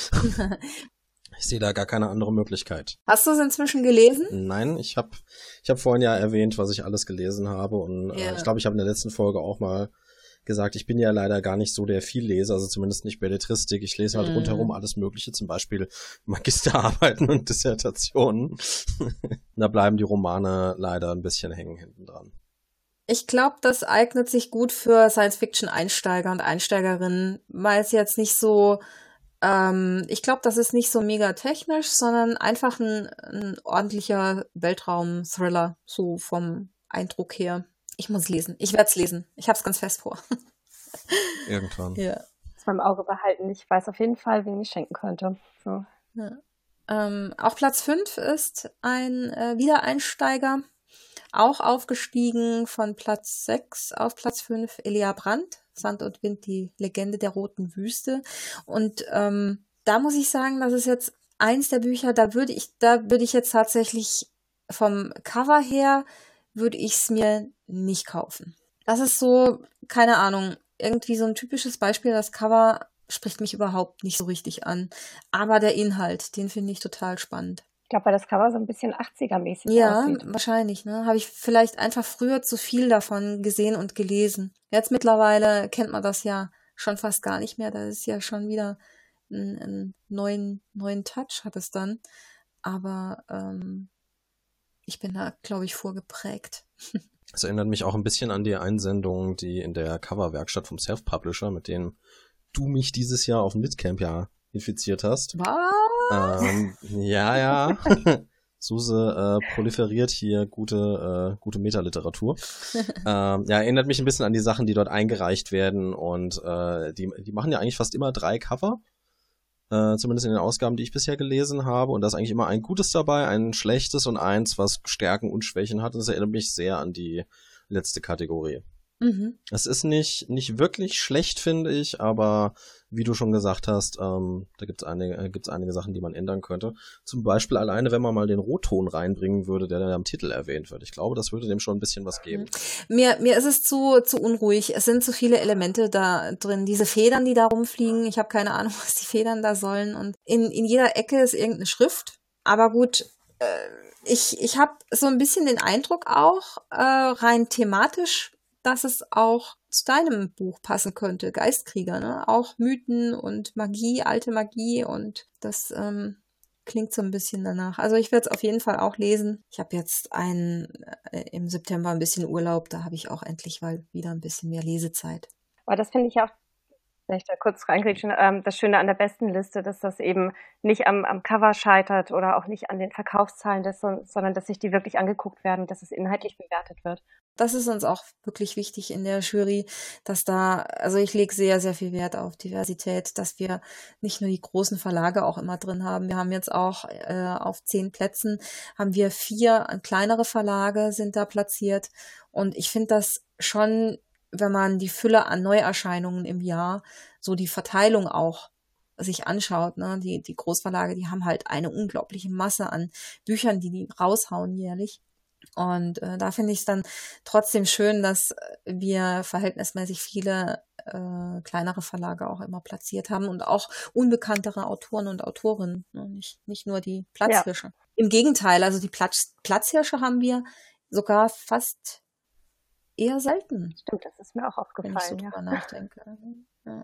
Ich sehe da gar keine andere Möglichkeit. Hast du es inzwischen gelesen? Nein, ich habe ich hab vorhin ja erwähnt, was ich alles gelesen habe. Und Ja. äh, ich glaube, ich habe in der letzten Folge auch mal gesagt, ich bin ja leider gar nicht so der Vielleser, also zumindest nicht Belletristik. Ich lese halt Mhm. rundherum alles Mögliche, zum Beispiel Magisterarbeiten und Dissertationen. Da bleiben die Romane leider ein bisschen hängen hinten dran. Ich glaube, das eignet sich gut für Science-Fiction-Einsteiger und Einsteigerinnen, weil es jetzt nicht so, ähm, ich glaube, das ist nicht so mega technisch, sondern einfach ein, ein ordentlicher Weltraum-Thriller, so vom Eindruck her. Ich muss lesen. Ich werde es lesen. Ich habe es ganz fest vor. Irgendwann. Ja. Das mal im Auge behalten. Ich weiß auf jeden Fall, wen ich schenken könnte. So. Ja. Ähm, auf Platz fünf ist ein äh, Wiedereinsteiger, auch aufgestiegen von Platz sechs auf Platz fünf, Elia Brandt, Sand und Wind, die Legende der roten Wüste. Und ähm, da muss ich sagen, das ist jetzt eins der Bücher, da würde ich, da würde ich jetzt tatsächlich vom Cover her, würde ich es mir nicht kaufen. Das ist so, keine Ahnung, irgendwie so ein typisches Beispiel, das Cover spricht mich überhaupt nicht so richtig an. Aber der Inhalt, den finde ich total spannend. Ich glaube, weil das Cover so ein bisschen achtziger-mäßig Ja, aussieht. wahrscheinlich, ne? Habe ich vielleicht einfach früher zu viel davon gesehen und gelesen. Jetzt mittlerweile kennt man das ja schon fast gar nicht mehr. Da ist ja schon wieder ein, ein neuen, neuen Touch hat es dann. Aber ähm, ich bin da, glaube ich, vorgeprägt. Das erinnert mich auch ein bisschen an die Einsendung, die in der Coverwerkstatt vom Self-Publisher, mit denen du mich dieses Jahr auf dem Litcamp ja infiziert hast. Was? Ähm, ja, ja. Suse äh, proliferiert hier gute, äh, gute Metaliteratur. ähm, ja, erinnert mich ein bisschen an die Sachen, die dort eingereicht werden. Und äh, die, die machen ja eigentlich fast immer drei Cover. Äh, zumindest in den Ausgaben, die ich bisher gelesen habe. Und da ist eigentlich immer ein Gutes dabei, ein Schlechtes und eins, was Stärken und Schwächen hat. Und das erinnert mich sehr an die letzte Kategorie. Mhm. Es ist nicht, nicht wirklich schlecht, finde ich, aber wie du schon gesagt hast, ähm, da gibt es einige, äh, gibt's einige Sachen, die man ändern könnte. Zum Beispiel alleine, wenn man mal den Rotton reinbringen würde, der dann am Titel erwähnt wird. Ich glaube, das würde dem schon ein bisschen was geben. Mir, mir ist es zu, zu unruhig. Es sind zu viele Elemente da drin. Diese Federn, die da rumfliegen, ich habe keine Ahnung, was die Federn da sollen. Und in, in jeder Ecke ist irgendeine Schrift. Aber gut, äh, ich, ich habe so ein bisschen den Eindruck auch, äh, rein thematisch, dass es auch zu deinem Buch passen könnte, Geistkrieger, ne? Auch Mythen und Magie, alte Magie, und das ähm, klingt so ein bisschen danach. Also ich werde es auf jeden Fall auch lesen. Ich habe jetzt einen, äh, im September ein bisschen Urlaub, da habe ich auch endlich mal wieder ein bisschen mehr Lesezeit. Aber das finde ich auch, wenn ich da kurz reinkriege, ähm, das Schöne an der Bestenliste, dass das eben nicht am, am Cover scheitert oder auch nicht an den Verkaufszahlen, des, sondern dass sich die wirklich angeguckt werden, dass es inhaltlich bewertet wird. Das ist uns auch wirklich wichtig in der Jury, dass da, also ich lege sehr, sehr viel Wert auf Diversität, dass wir nicht nur die großen Verlage auch immer drin haben. Wir haben jetzt auch äh, auf zehn Plätzen, haben wir vier kleinere Verlage sind da platziert, und ich finde das schon, wenn man die Fülle an Neuerscheinungen im Jahr, so die Verteilung auch sich anschaut, ne, die, die Großverlage, die haben halt eine unglaubliche Masse an Büchern, die die raushauen jährlich. Und äh, da finde ich es dann trotzdem schön, dass wir verhältnismäßig viele äh, kleinere Verlage auch immer platziert haben und auch unbekanntere Autoren und Autorinnen, ne? nicht, nicht nur die Platzhirsche. Ja. Im Gegenteil, also die Platz, Platzhirsche haben wir sogar fast eher selten. Stimmt, das ist mir auch aufgefallen. Wenn ich so ja. drüber nachdenke. Ja.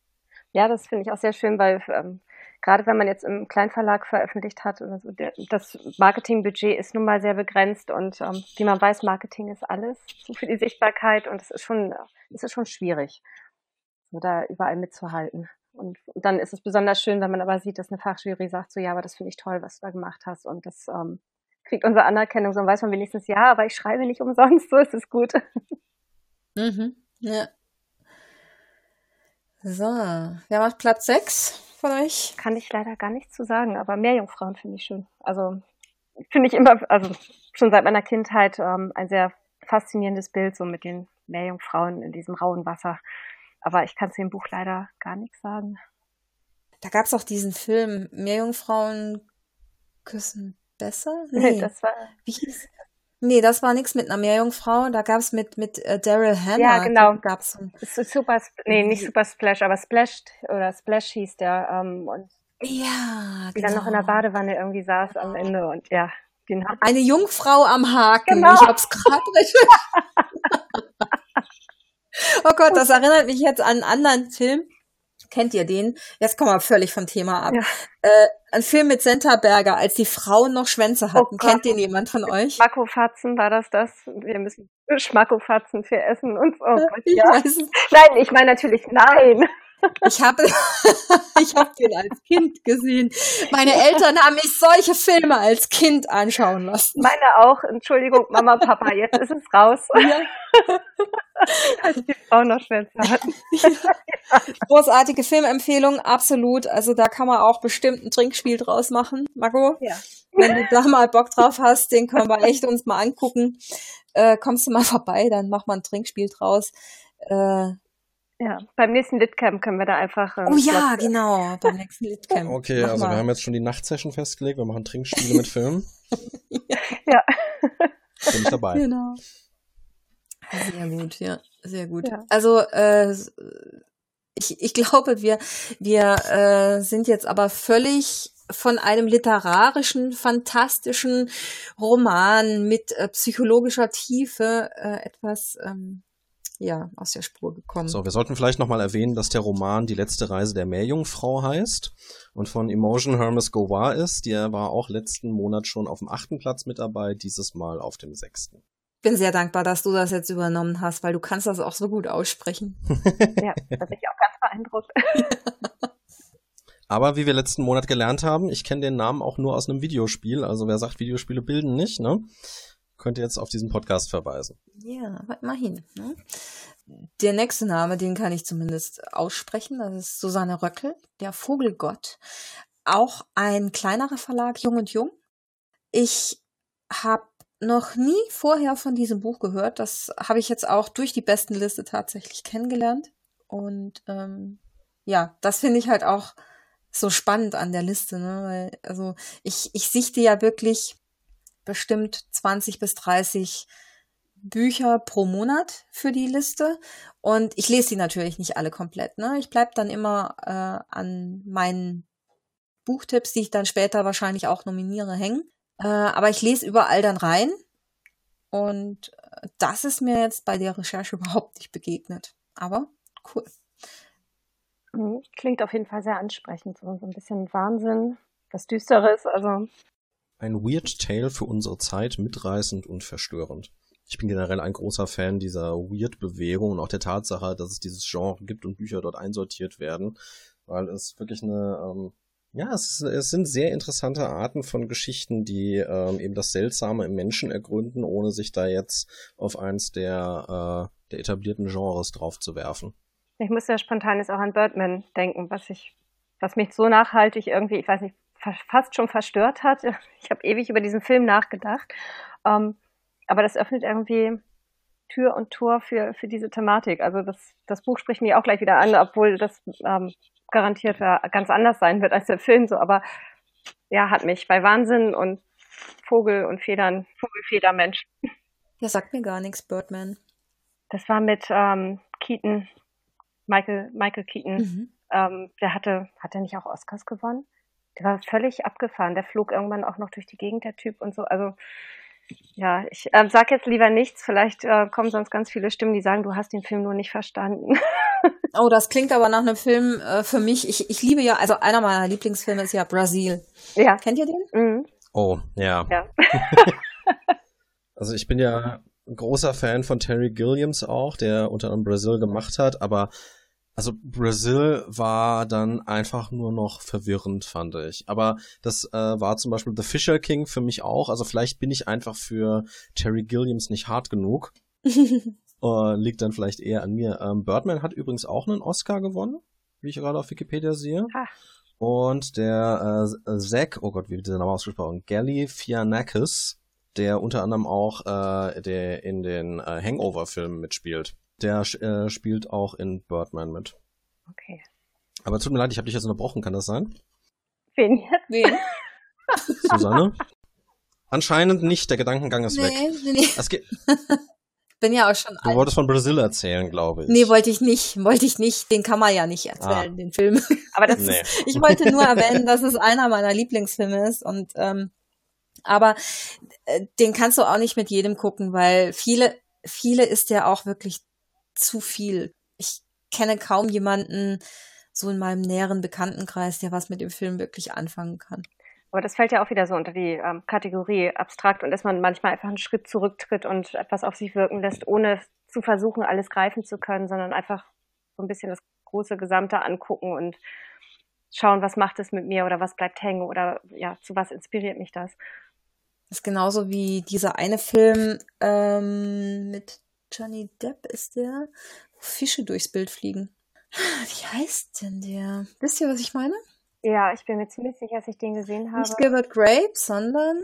Ja, das finde ich auch sehr schön, weil ähm, gerade wenn man jetzt im Kleinverlag veröffentlicht hat, oder so, der, das Marketingbudget ist nun mal sehr begrenzt, und ähm, wie man weiß, Marketing ist alles, so für die Sichtbarkeit, und es ist schon, es ist schon schwierig, so da überall mitzuhalten. Und, und dann ist es besonders schön, wenn man aber sieht, dass eine Fachjury sagt, so ja, aber das finde ich toll, was du da gemacht hast, und das ähm, kriegt unsere Anerkennung, so weiß man wenigstens, ja, aber ich schreibe nicht umsonst, so ist es gut. Mhm, ja. So, wer macht Platz sechs von euch? Kann ich leider gar nichts zu sagen, aber Meerjungfrauen finde ich schön. Also finde ich immer, also schon seit meiner Kindheit ähm, ein sehr faszinierendes Bild, so mit den Meerjungfrauen in diesem rauen Wasser. Aber ich kann zu dem Buch leider gar nichts sagen. Da gab es auch diesen Film, Meerjungfrauen küssen besser? Nee, das war... Wie hieß Nee, das war nichts mit einer Meerjungfrau. Da gab's mit mit äh, Daryl Hannah. Ja, genau. Gab's ein Super, nee, nicht Super Splash, aber Splashed oder Splash hieß der. Ähm, und ja, die genau. dann noch in der Badewanne irgendwie saß am Ende, und ja, den hat eine Jungfrau am Haken. Genau. Ich hab's gerade richtig. Oh Gott, das erinnert mich jetzt an einen anderen Film. Kennt ihr den? Jetzt kommen wir völlig vom Thema ab. Ja. Äh, ein Film mit Senta Berger, als die Frauen noch Schwänze hatten. Oh Kennt den jemand von euch? Schmackofatzen, war das das? Wir müssen Schmackofatzen für Essen und so. Oh Gott, Ich ja. weiß es. Nein, ich meine natürlich nein. Ich habe ich hab den als Kind gesehen. Meine Eltern haben mich solche Filme als Kind anschauen lassen. Meine auch. Entschuldigung, Mama, Papa, jetzt ist es raus. Ja. Als die Frauen noch Schwänze hatten. Ja. Großartige Filmempfehlung, absolut. Also da kann man auch bestimmt ein Trinkspiel draus machen, Marco. Ja. Wenn du da mal Bock drauf hast, den können wir echt uns mal angucken. Äh, kommst du mal vorbei, dann machen wir ein Trinkspiel draus. Äh, Ja, beim nächsten Litcamp können wir da einfach... Ähm, oh ja, Platz, genau, beim nächsten Litcamp. Okay, Mach also mal. wir haben jetzt schon die Nachtsession festgelegt, wir machen Trinkspiele mit Filmen. Ja. Bin ich dabei. Genau. Sehr gut, ja, sehr gut. Ja. Also äh, ich, ich glaube, wir, wir äh, sind jetzt aber völlig von einem literarischen, fantastischen Roman mit äh, psychologischer Tiefe äh, etwas ähm, ja, aus der Spur gekommen. So, wir sollten vielleicht nochmal erwähnen, dass der Roman Die letzte Reise der Meerjungfrau heißt und von Imogen Hermes Gowar ist. Der war auch letzten Monat schon auf dem achten Platz mit dabei, dieses Mal auf dem sechsten. Ich bin sehr dankbar, dass du das jetzt übernommen hast, weil du kannst das auch so gut aussprechen. Ja, da bin ich auch ganz beeindruckt. Aber wie wir letzten Monat gelernt haben, ich kenne den Namen auch nur aus einem Videospiel. Also wer sagt, Videospiele bilden nicht, ne? Könnt ihr jetzt auf diesen Podcast verweisen. Ja, aber immerhin. Ne? der nächste Name, den kann ich zumindest aussprechen, das ist Susanne Röckel, Der Vogelgott. Auch ein kleinerer Verlag, Jung und Jung. Ich habe noch nie vorher von diesem Buch gehört. Das habe ich jetzt auch durch die Bestenliste tatsächlich kennengelernt. Und ähm, ja, das finde ich halt auch so spannend an der Liste, ne? Weil, also ich, ich sichte ja wirklich bestimmt zwanzig bis dreißig Bücher pro Monat für die Liste. Und ich lese die natürlich nicht alle komplett, ne? Ich bleib dann immer äh, an meinen Buchtipps, die ich dann später wahrscheinlich auch nominiere, hängen. Äh, aber ich lese überall dann rein. Und das ist mir jetzt bei der Recherche überhaupt nicht begegnet. Aber cool. Klingt auf jeden Fall sehr ansprechend. So, so ein bisschen Wahnsinn, was Düsteres. Also Ein Weird Tale für unsere Zeit, mitreißend und verstörend. Ich bin generell ein großer Fan dieser Weird-Bewegung und auch der Tatsache, dass es dieses Genre gibt und Bücher dort einsortiert werden, weil es wirklich eine, ähm, ja, es, ist, es sind sehr interessante Arten von Geschichten, die ähm, eben das Seltsame im Menschen ergründen, ohne sich da jetzt auf eins der, äh, der etablierten Genres draufzuwerfen. ich muss ja spontan jetzt auch an Birdman denken, was ich, was mich so nachhaltig irgendwie, ich weiß nicht, fast schon verstört hat. Ich habe ewig über diesen Film nachgedacht. Ähm, aber das öffnet irgendwie Tür und Tor für, für diese Thematik. Also das, das Buch spricht mich auch gleich wieder an, obwohl das ähm, garantiert ja ganz anders sein wird als der Film. So, aber ja, hat mich bei Wahnsinn und Vogel und Federn, Vogelfedermensch. Ja, sagt mir gar nichts, Birdman. Das war mit ähm, Keaton, Michael, Michael Keaton. Mhm. Ähm, der hatte, hat er nicht auch Oscars gewonnen? Der war völlig abgefahren. Der flog irgendwann auch noch durch die Gegend, der Typ und so. Also ja, ich äh, sag jetzt lieber nichts. Vielleicht äh, kommen sonst ganz viele Stimmen, die sagen, du hast den Film nur nicht verstanden. Oh, das klingt aber nach einem Film äh, für mich. Ich, ich liebe ja, also einer meiner Lieblingsfilme ist ja Brasil. Ja. Kennt ihr den? Mhm. Oh, ja. Ja. Also ich bin ja ein großer Fan von Terry Gilliams auch, der unter anderem Brazil gemacht hat, aber also Brazil war dann einfach nur noch verwirrend, fand ich. Aber das äh, war zum Beispiel The Fisher King für mich auch. Also vielleicht bin ich einfach für Terry Gilliams nicht hart genug. äh, liegt dann vielleicht eher an mir. Ähm, Birdman hat übrigens auch einen Oscar gewonnen, wie ich gerade auf Wikipedia sehe. Ah. Und der äh, Zach, oh Gott, wie wird der Name ausgesprochen? Galifianakis, der unter anderem auch äh, der in den äh, Hangover-Filmen mitspielt. Der äh, spielt auch in Birdman mit. Okay. Aber tut mir leid, ich habe dich jetzt unterbrochen, kann das sein? Wen jetzt? Wen? Susanne? Anscheinend nicht, der Gedankengang ist nee, weg. Nee, nee. Es geht, Bin ja auch schon du alt. wolltest von Brazil erzählen, glaube ich. Nee, wollte ich nicht. Wollte ich nicht. Den kann man ja nicht erzählen, Ah. den Film. Aber das Nee. ist, Ich wollte nur erwähnen, dass es einer meiner Lieblingsfilme ist. Und ähm, aber äh, den kannst du auch nicht mit jedem gucken, weil viele, viele ist der auch wirklich zu viel. Ich kenne kaum jemanden so in meinem näheren Bekanntenkreis, der was mit dem Film wirklich anfangen kann. aber das fällt ja auch wieder so unter die ähm, Kategorie abstrakt und dass man manchmal einfach einen Schritt zurücktritt und etwas auf sich wirken lässt, ohne zu versuchen, alles greifen zu können, sondern einfach so ein bisschen das große Gesamte angucken und schauen, was macht es mit mir oder was bleibt hängen oder ja, zu was inspiriert mich das. Das ist genauso wie dieser eine Film ähm, mit Johnny Depp ist der, wo Fische durchs Bild fliegen. Wie heißt denn der? Wisst ihr, was ich meine? Ja, ich bin mir ziemlich sicher, dass ich den gesehen habe. Nicht Gilbert Grape, sondern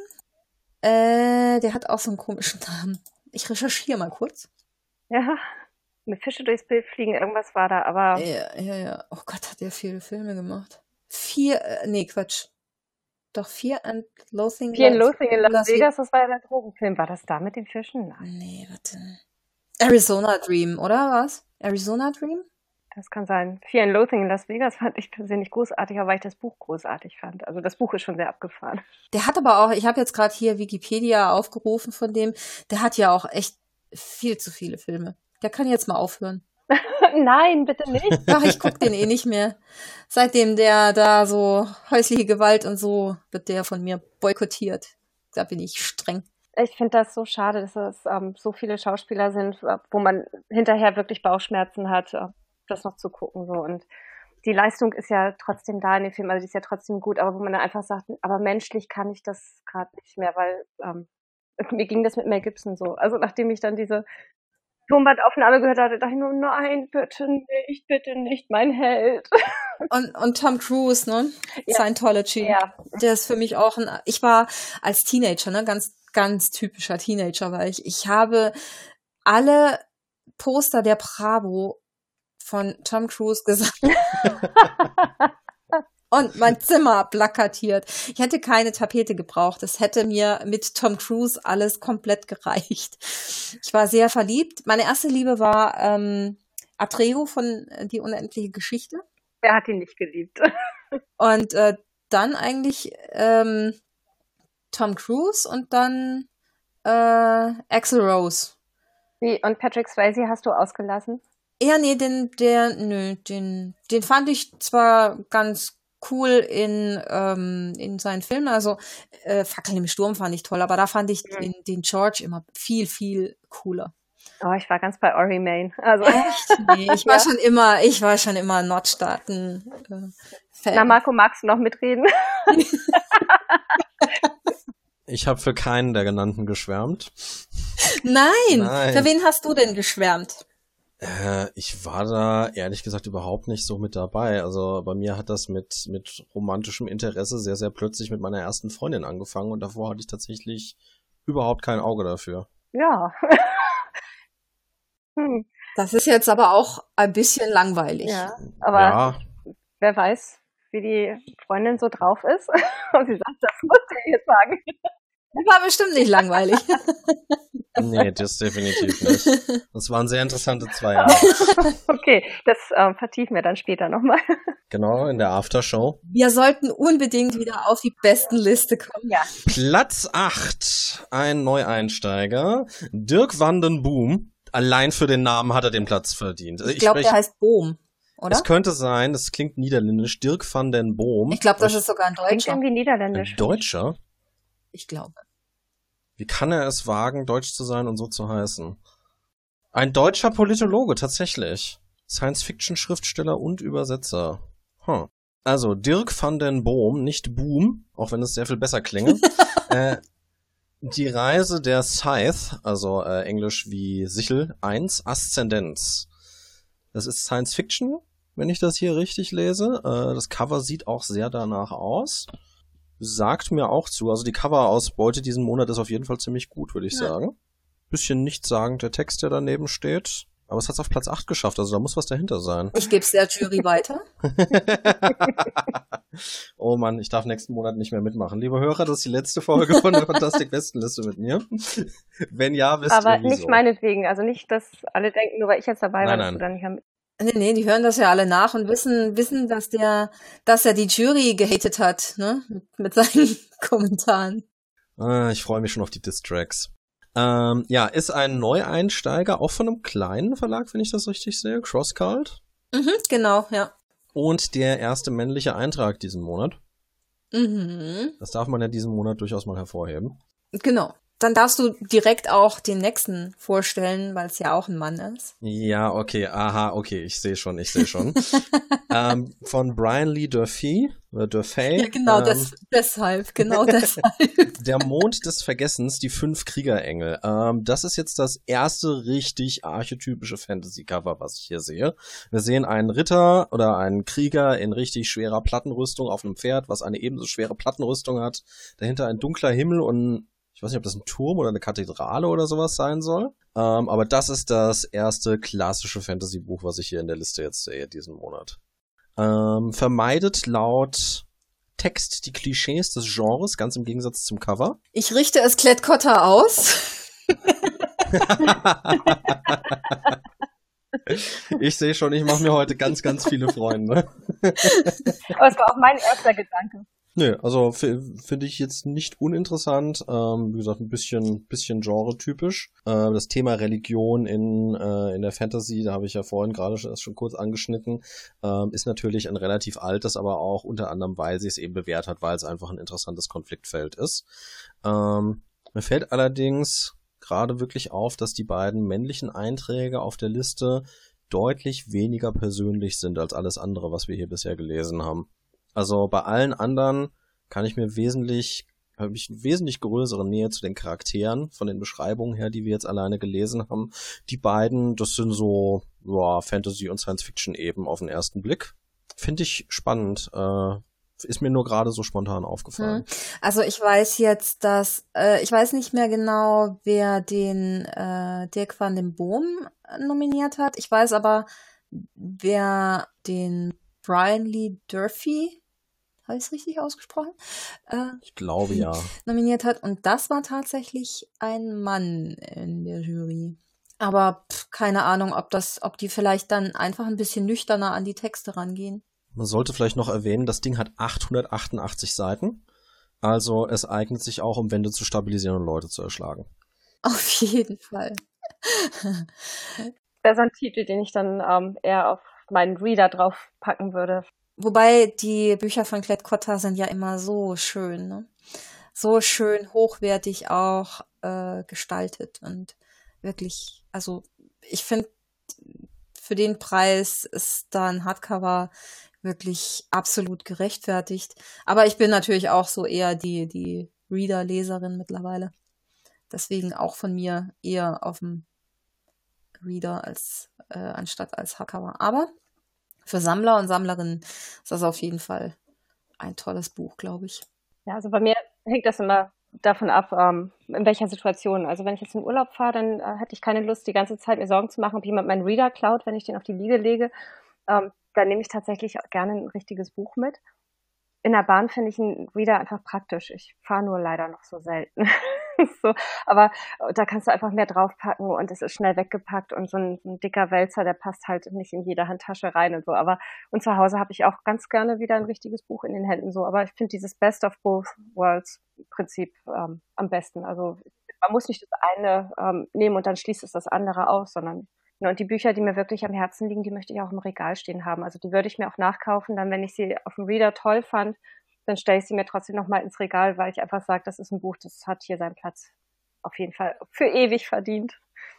äh, der hat auch so einen komischen Namen. Ich recherchiere mal kurz. Ja, mit Fische durchs Bild fliegen, irgendwas war da, aber Ja, ja, ja. Oh Gott, hat der viele Filme gemacht. Vier, äh, nee, Quatsch. Doch, Fear and Loathing. Fear and Loathing in Las Las Vegas, das war ja der Drogenfilm. War das da mit den Fischen? Nein, Nee, warte. Arizona Dream, oder was? Arizona Dream? das kann sein. Fear and Loathing in Las Vegas fand ich persönlich großartiger, weil ich das Buch großartig fand. Also das Buch ist schon sehr abgefahren. Der hat aber auch, ich habe jetzt gerade hier Wikipedia aufgerufen von dem, der hat ja auch echt viel zu viele Filme. Der kann jetzt mal aufhören. Nein, bitte nicht. Ach, ich guck den eh nicht mehr. Seitdem der da so häusliche Gewalt und so, wird der von mir boykottiert. Da bin ich streng. Ich finde das so schade, dass es ähm, so viele Schauspieler sind, äh, wo man hinterher wirklich Bauchschmerzen hat, äh, das noch zu gucken. So. Und die Leistung ist ja trotzdem da in dem Film, also die ist ja trotzdem gut, aber wo man dann einfach sagt, aber menschlich kann ich das gerade nicht mehr, weil ähm, mir ging das mit Mel Gibson so. Also nachdem ich dann diese Tonbandaufnahme gehört hatte, dachte ich nur, nein, bitte nicht, bitte nicht, mein Held. Und, und Tom Cruise, ne? Ja. Scientology. Ja. Der ist für mich auch ein, ich war als Teenager, ne, ganz, ganz typischer Teenager war ich. Ich habe alle Poster der Bravo von Tom Cruise gesammelt. Und mein Zimmer plakatiert. Ich hätte keine Tapete gebraucht. Es hätte mir mit Tom Cruise alles komplett gereicht. Ich war sehr verliebt. Meine erste Liebe war ähm, Atreo von äh, Die unendliche Geschichte. Wer hat ihn nicht geliebt? Und äh, dann eigentlich ähm, Tom Cruise und dann äh, Axl Rose. Wie, und Patrick Swayze hast du ausgelassen? Ja, nee, den, der, nö, den, den fand ich zwar ganz cool in, ähm, in seinen Filmen, also äh, Fackeln im Sturm fand ich toll, aber da fand ich mhm. den, den George immer viel, viel cooler. Oh, ich war ganz bei Ori Main. Also. Echt? Nee, ich war ja. schon immer, ich war schon immer Nordstaaten äh, Fan. Na, Marco, magst du noch mitreden? Ich habe für keinen der genannten geschwärmt. Nein. Nein. Für wen hast du denn geschwärmt? Äh, ich war da ehrlich gesagt überhaupt nicht so mit dabei. Also bei mir hat das mit mit romantischem Interesse sehr, sehr plötzlich mit meiner ersten Freundin angefangen und davor hatte ich tatsächlich überhaupt kein Auge dafür. Ja. hm. Das ist jetzt aber auch ein bisschen langweilig. Ja, aber ja. Wer weiß, wie die Freundin so drauf ist. Und sie sagt, das musst du jetzt sagen. Das war bestimmt nicht langweilig. Nee, das definitiv nicht. Das waren sehr interessante zwei Jahre. Okay, das ähm, vertiefen wir dann später nochmal. Genau, in der Aftershow. Wir sollten unbedingt wieder auf die besten Liste kommen. Ja. Platz acht, ein Neueinsteiger, Dirk van den Boom. Allein für den Namen hat er den Platz verdient. Ich, ich glaube, der heißt Boom, oder? Es könnte sein, das klingt niederländisch, Dirk van den Boom. Ich glaube, das ist sogar ein Deutscher. Klingt irgendwie niederländisch. Ein Deutscher? Ich glaube. Wie kann er es wagen, deutsch zu sein und so zu heißen? Ein deutscher Politologe, tatsächlich. Science-Fiction-Schriftsteller und Übersetzer. Huh. Also, Dirk van den Boom, nicht Boom, auch wenn es sehr viel besser klinge. äh, die Reise der Scythe, also äh, Englisch wie Sichel, eins, Aszendenz. Das ist Science-Fiction, wenn ich das hier richtig lese. Äh, das Cover sieht auch sehr danach aus. Sagt mir auch zu. Also die Coverausbeute diesen Monat ist auf jeden Fall ziemlich gut, würde ich ja. sagen. Bisschen nichtssagend der Text, der daneben steht. Aber es hat es auf Platz acht geschafft, also da muss was dahinter sein. Ich gebe es der Jury weiter. Oh Mann, ich darf nächsten Monat nicht mehr mitmachen. Liebe Hörer, das ist die letzte Folge von der Fantastik-Bestenliste mit mir. Wenn ja, wisst Aber ihr wieso. Aber nicht meinetwegen, also nicht, dass alle denken, nur weil ich jetzt dabei war, nein, dass nein. du dann nicht mehr mit. Nee, nee, die hören das ja alle nach und wissen, wissen, dass der, dass er die Jury gehatet hat, ne? Mit, mit seinen Kommentaren. Ah, ich freue mich schon auf die Diss-Tracks. Ähm, ja, ist ein Neueinsteiger, auch von einem kleinen Verlag, wenn ich das richtig sehe. CrossCult. Mhm, genau, ja. Und der erste männliche Eintrag diesen Monat. Mhm. Das darf man ja diesen Monat durchaus mal hervorheben. Genau. Dann darfst du direkt auch den nächsten vorstellen, weil es ja auch ein Mann ist. Ja, okay, aha, okay, ich sehe schon, ich sehe schon. ähm, von Brian Lee Durfee, oder Durfee. Ja, genau, ähm, das, deshalb, genau deshalb. Der Mond des Vergessens, die fünf Kriegerengel. Ähm, das ist jetzt das erste richtig archetypische Fantasy-Cover, was ich hier sehe. Wir sehen einen Ritter oder einen Krieger in richtig schwerer Plattenrüstung auf einem Pferd, was eine ebenso schwere Plattenrüstung hat. Dahinter ein dunkler Himmel und ich weiß nicht, ob das ein Turm oder eine Kathedrale oder sowas sein soll. Ähm, aber das ist das erste klassische Fantasy-Buch, was ich hier in der Liste jetzt sehe, diesen Monat. Ähm, vermeidet laut Text die Klischees des Genres, ganz im Gegensatz zum Cover. Ich richte es Klett-Cotta aus. Ich sehe schon, ich mache mir heute ganz, ganz viele Freunde. Aber es war auch mein erster Gedanke. Nö, also finde ich jetzt nicht uninteressant. Ähm, wie gesagt, ein bisschen, bisschen genre-typisch. Äh, das Thema Religion in äh, in der Fantasy, da habe ich ja vorhin gerade schon, schon kurz angeschnitten, ähm, ist natürlich ein relativ altes, aber auch unter anderem, weil sie es eben bewährt hat, weil es einfach ein interessantes Konfliktfeld ist. Ähm, mir fällt allerdings gerade wirklich auf, dass die beiden männlichen Einträge auf der Liste deutlich weniger persönlich sind als alles andere, was wir hier bisher gelesen haben. Also bei allen anderen kann ich mir wesentlich habe ich eine wesentlich größere Nähe zu den Charakteren, von den Beschreibungen her, die wir jetzt alleine gelesen haben. Die beiden, das sind so ja, Fantasy und Science Fiction eben auf den ersten Blick. Finde ich spannend. Äh, ist mir nur gerade so spontan aufgefallen. Also ich weiß jetzt, dass, äh, ich weiß nicht mehr genau, wer den äh, Dirk van den Boom nominiert hat. Ich weiß aber, wer den Brian Lee Durfee, habe ich es richtig ausgesprochen? Äh, ich glaube ja. Nominiert hat. Und das war tatsächlich ein Mann in der Jury. Aber pff, keine Ahnung, ob das, ob die vielleicht dann einfach ein bisschen nüchterner an die Texte rangehen. Man sollte vielleicht noch erwähnen, das Ding hat achthundertachtundachtzig Seiten. Also es eignet sich auch, um Wände zu stabilisieren und Leute zu erschlagen. Auf jeden Fall. Wäre so ein Titel, den ich dann ähm, eher auf meinen Reader draufpacken würde. Wobei die Bücher von Klett Cotta sind ja immer so schön, ne? So schön hochwertig auch äh, gestaltet und wirklich, also ich finde, für den Preis ist da ein Hardcover wirklich absolut gerechtfertigt. Aber ich bin natürlich auch so eher die, die Reader-Leserin mittlerweile. Deswegen auch von mir eher auf dem Reader als äh, anstatt als Hardcover. Aber für Sammler und Sammlerinnen ist das auf jeden Fall ein tolles Buch, glaube ich. Ja, also bei mir hängt das immer davon ab, ähm, in welcher Situation. Also wenn ich jetzt in Urlaub fahre, dann äh, hätte ich keine Lust, die ganze Zeit mir Sorgen zu machen, ob jemand meinen Reader klaut, wenn ich den auf die Liege lege. Ähm, dann nehme ich tatsächlich gerne ein richtiges Buch mit. In der Bahn finde ich einen Reader einfach praktisch. Ich fahre nur leider noch so selten. so, aber da kannst du einfach mehr draufpacken und es ist schnell weggepackt und so ein, ein dicker Wälzer, der passt halt nicht in jede Handtasche rein und so. Aber und zu Hause habe ich auch ganz gerne wieder ein richtiges Buch in den Händen so. Aber ich finde dieses Best of Both Worlds Prinzip ähm, am besten. Also man muss nicht das eine ähm, nehmen und dann schließt es das andere aus, sondern und die Bücher, die mir wirklich am Herzen liegen, die möchte ich auch im Regal stehen haben. Also die würde ich mir auch nachkaufen. Dann, wenn ich sie auf dem Reader toll fand, dann stelle ich sie mir trotzdem nochmal ins Regal, weil ich einfach sage, das ist ein Buch, das hat hier seinen Platz auf jeden Fall für ewig verdient.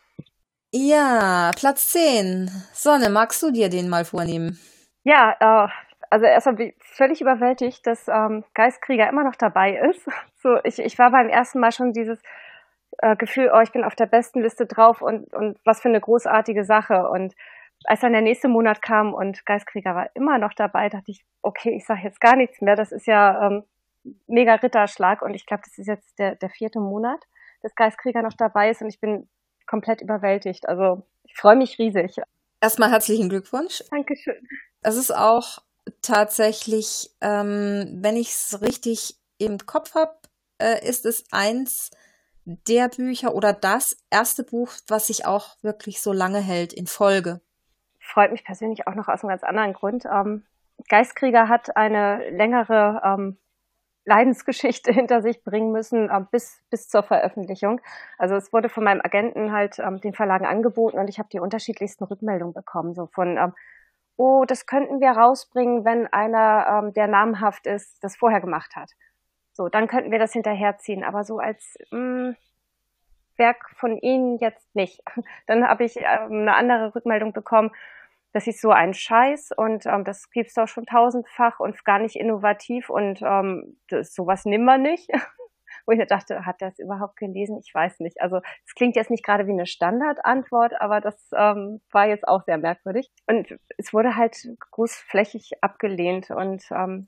Ja, Platz zehn. Sonne, magst du dir den mal vornehmen? Ja, äh, also erstmal bin ich völlig überwältigt, dass ähm, Geistkrieger immer noch dabei ist. So, ich, ich war beim ersten Mal schon dieses Äh, Gefühl, oh, ich bin auf der besten Liste drauf und, und was für eine großartige Sache. Und als dann der nächste Monat kam und Geistkrieger war immer noch dabei, dachte ich, okay, ich sage jetzt gar nichts mehr. Das ist ja ähm, mega Ritterschlag und ich glaube, das ist jetzt der, der vierte Monat, dass Geistkrieger noch dabei ist und ich bin komplett überwältigt. Also ich freue mich riesig. Erstmal herzlichen Glückwunsch. Dankeschön. Es ist auch tatsächlich, ähm, wenn ich es richtig im Kopf habe, äh, ist es eins der Bücher oder das erste Buch, was sich auch wirklich so lange hält in Folge. Freut mich persönlich auch noch aus einem ganz anderen Grund. Ähm, Geistkrieger hat eine längere ähm, Leidensgeschichte hinter sich bringen müssen, ähm, bis, bis zur Veröffentlichung. Also es wurde von meinem Agenten halt ähm, den Verlagen angeboten und ich habe die unterschiedlichsten Rückmeldungen bekommen, so von ähm, oh, das könnten wir rausbringen, wenn einer, ähm, der namenhaft ist, das vorher gemacht hat. So, dann könnten wir das hinterherziehen, aber so als mh, Werk von Ihnen jetzt nicht. Dann habe ich ähm, eine andere Rückmeldung bekommen, das ist so ein Scheiß und ähm, das gibt's doch schon tausendfach und gar nicht innovativ und ähm, das, sowas nimmt man nicht. Wo ich dachte, hat er es überhaupt gelesen? Ich weiß nicht. Also es klingt jetzt nicht gerade wie eine Standardantwort, aber das ähm, war jetzt auch sehr merkwürdig. Und es wurde halt großflächig abgelehnt und ähm,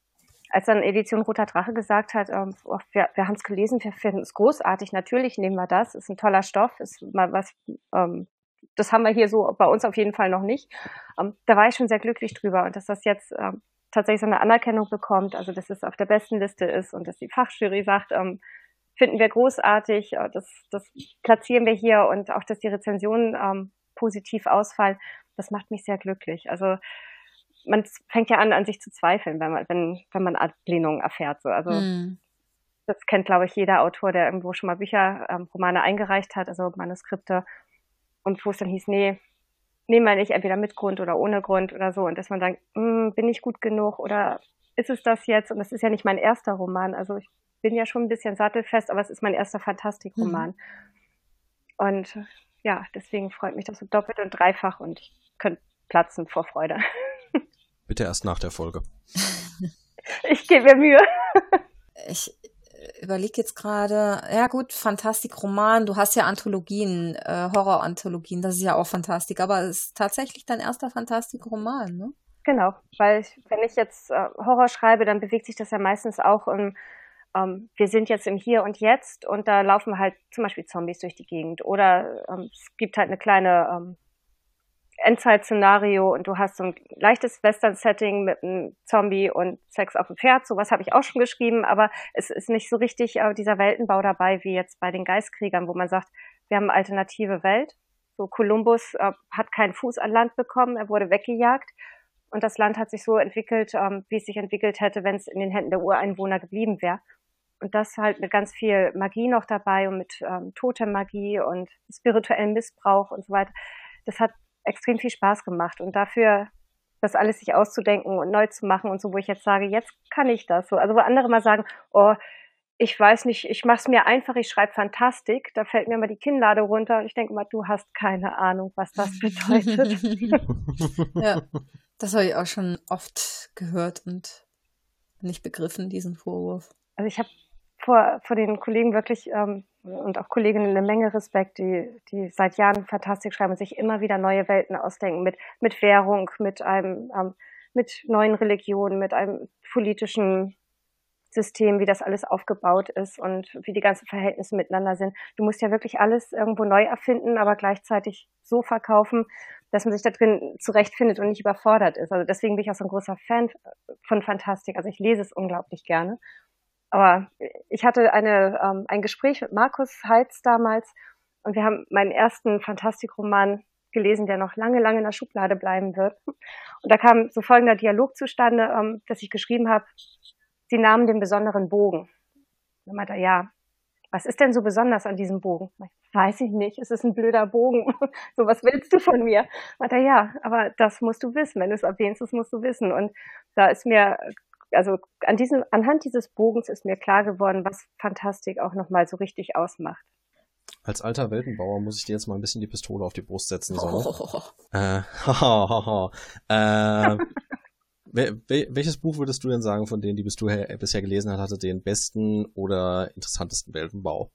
als dann Edition Roter Drache gesagt hat, ähm, oh, wir, wir haben es gelesen, wir finden es großartig, natürlich nehmen wir das, ist ein toller Stoff, ist mal was, ähm, das haben wir hier so bei uns auf jeden Fall noch nicht. Ähm, da war ich schon sehr glücklich drüber und dass das jetzt ähm, tatsächlich so eine Anerkennung bekommt, also dass es auf der besten Liste ist und dass die Fachjury sagt, ähm, finden wir großartig, äh, das, das platzieren wir hier und auch, dass die Rezensionen ähm, positiv ausfallen, das macht mich sehr glücklich. Also man fängt ja an, an sich zu zweifeln, wenn man, wenn, wenn man Ablehnungen erfährt. So. Also hm. Das kennt, glaube ich, jeder Autor, der irgendwo schon mal Bücher, ähm, Romane eingereicht hat, also Manuskripte, und wo es dann hieß, nee, nehmen wir nicht, entweder mit Grund oder ohne Grund oder so. Und dass man sagt, bin ich gut genug oder ist es das jetzt? Und das ist ja nicht mein erster Roman. Also ich bin ja schon ein bisschen sattelfest, aber es ist mein erster Fantastikroman. Mhm. Und ja, deswegen freut mich das so doppelt und dreifach und ich könnte platzen vor Freude. Bitte erst nach der Folge. Ich gebe mir Mühe. Ich überlege jetzt gerade, ja gut, Fantastik-Roman, du hast ja Anthologien, äh, Horror-Anthologien, das ist ja auch Fantastik, aber es ist tatsächlich dein erster Fantastik-Roman, ne? Genau, weil ich, wenn ich jetzt äh, Horror schreibe, dann bewegt sich das ja meistens auch im, ähm, wir sind jetzt im Hier und Jetzt und da laufen halt zum Beispiel Zombies durch die Gegend oder ähm, es gibt halt eine kleine ähm, Endzeit-Szenario und du hast so ein leichtes Western-Setting mit einem Zombie und Sex auf dem Pferd. Sowas habe ich auch schon geschrieben, aber es ist nicht so richtig äh, dieser Weltenbau dabei, wie jetzt bei den Geistkriegern, wo man sagt, wir haben eine alternative Welt. So Kolumbus äh, hat keinen Fuß an Land bekommen, er wurde weggejagt und das Land hat sich so entwickelt, ähm, wie es sich entwickelt hätte, wenn es in den Händen der Ureinwohner geblieben wäre. Und das halt mit ganz viel Magie noch dabei und mit ähm, Totemmagie und spirituellem Missbrauch und so weiter. Das hat extrem viel Spaß gemacht und dafür das alles sich auszudenken und neu zu machen und so, wo ich jetzt sage, jetzt kann ich das so. Also wo andere mal sagen, oh, ich weiß nicht, ich mache es mir einfach, ich schreibe Fantastik, da fällt mir immer die Kinnlade runter und ich denke mal, du hast keine Ahnung, was das bedeutet. Ja, das habe ich auch schon oft gehört und nicht begriffen, diesen Vorwurf. Also ich habe vor, vor den Kollegen wirklich ähm, und auch Kolleginnen eine Menge Respekt, die, die seit Jahren Fantastik schreiben und sich immer wieder neue Welten ausdenken mit, mit Währung, mit einem, ähm, mit neuen Religionen, mit einem politischen System, wie das alles aufgebaut ist und wie die ganzen Verhältnisse miteinander sind. Du musst ja wirklich alles irgendwo neu erfinden, aber gleichzeitig so verkaufen, dass man sich da drin zurechtfindet und nicht überfordert ist. Also deswegen bin ich auch so ein großer Fan von Fantastik. Also ich lese es unglaublich gerne. Aber ich hatte eine, ähm, ein Gespräch mit Markus Heitz damals und wir haben meinen ersten Fantastikroman gelesen, der noch lange, lange in der Schublade bleiben wird. Und da kam so folgender Dialog zustande, ähm, dass ich geschrieben habe, sie nahmen den besonderen Bogen. Dann meinte er, ja, was ist denn so besonders an diesem Bogen? Weiß ich nicht, es ist ein blöder Bogen. So, was willst du von mir? Meinte er, ja, aber das musst du wissen. Wenn du es erwähnst, das musst du wissen. Und da ist mir, also an diesem, anhand dieses Bogens ist mir klar geworden, was Fantastik auch nochmal so richtig ausmacht. Als alter Weltenbauer muss ich dir jetzt mal ein bisschen die Pistole auf die Brust setzen, Sonne. Oh. Äh, haha, haha. äh, wel, wel, welches Buch würdest du denn sagen, von denen, die bis du her, bisher gelesen hast, hatte den besten oder interessantesten Weltenbau?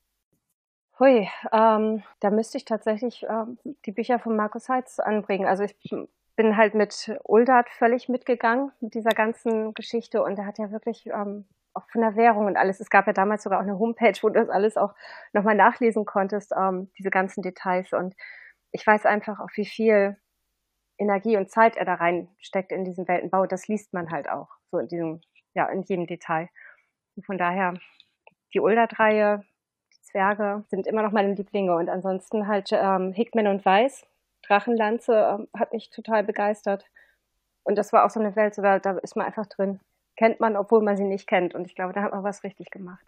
Hui, ähm, da müsste ich tatsächlich ähm, die Bücher von Markus Heitz anbringen. Also ich bin halt mit Uldart völlig mitgegangen, mit dieser ganzen Geschichte. Und er hat ja wirklich ähm, auch von der Währung und alles. Es gab ja damals sogar auch eine Homepage, wo du das alles auch nochmal nachlesen konntest, ähm, diese ganzen Details. Und ich weiß einfach auch, wie viel Energie und Zeit er da reinsteckt in diesen Weltenbau. Das liest man halt auch so in diesem, ja, in jedem Detail. Und von daher, die Uldart-Reihe, die Zwerge sind immer noch meine Lieblinge. Und ansonsten halt ähm, Hickman und Weiss, Drachenlanze, ähm, hat mich total begeistert. Und das war auch so eine Welt, so da, da ist man einfach drin. Kennt man, obwohl man sie nicht kennt. Und ich glaube, da hat man was richtig gemacht.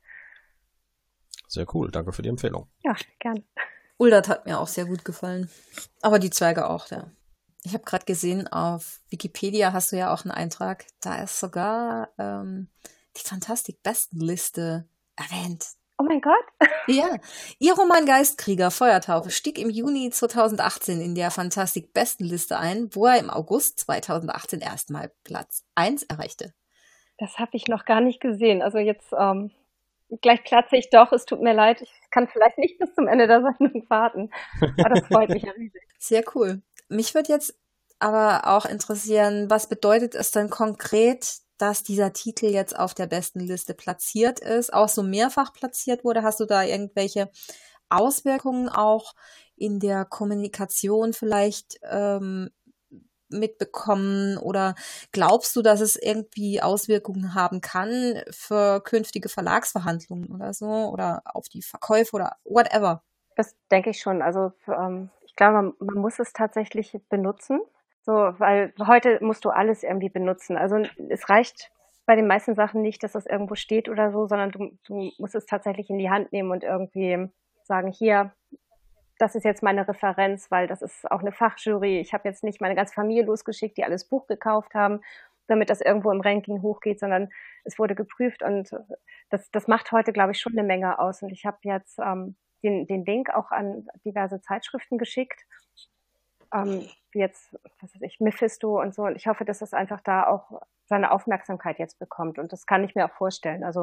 Sehr cool, danke für die Empfehlung. Ja, gern. Uldart hat mir auch sehr gut gefallen. Aber die Zwerge auch, ja. Ich habe gerade gesehen, auf Wikipedia hast du ja auch einen Eintrag. Da ist sogar ähm, die Fantastik-Bestenliste erwähnt. Oh mein Gott. Ja, ihr Roman Geistkrieger Feuertaufe stieg im Juni zweitausendachtzehn in der Fantastik-Bestenliste ein, wo er im August zweitausendachtzehn erstmal Platz eins erreichte. Das habe ich noch gar nicht gesehen. Also jetzt ähm, gleich platze ich doch. Es tut mir leid. Ich kann vielleicht nicht bis zum Ende der Sendung warten. Aber das freut mich ja riesig. Sehr cool. Mich würde jetzt aber auch interessieren, was bedeutet es denn konkret, dass dieser Titel jetzt auf der Bestenliste platziert ist, auch so mehrfach platziert wurde? Hast du da irgendwelche Auswirkungen auch in der Kommunikation vielleicht ähm, mitbekommen? Oder glaubst du, dass es irgendwie Auswirkungen haben kann für künftige Verlagsverhandlungen oder so? Oder auf die Verkäufe oder whatever? Das denke ich schon. Also ähm, ich glaube, man, man muss es tatsächlich benutzen. So, weil heute musst du alles irgendwie benutzen. Also es reicht bei den meisten Sachen nicht, dass das irgendwo steht oder so, sondern du, du musst es tatsächlich in die Hand nehmen und irgendwie sagen, hier, das ist jetzt meine Referenz, weil das ist auch eine Fachjury. Ich habe jetzt nicht meine ganze Familie losgeschickt, die alles Buch gekauft haben, damit das irgendwo im Ranking hochgeht, sondern es wurde geprüft und das, das macht heute, glaube ich, schon eine Menge aus. Und ich habe jetzt ähm, den, den Link auch an diverse Zeitschriften geschickt. Ähm, wie jetzt, was weiß ich, Mephisto und so. Und ich hoffe, dass das einfach da auch seine Aufmerksamkeit jetzt bekommt. Und das kann ich mir auch vorstellen. Also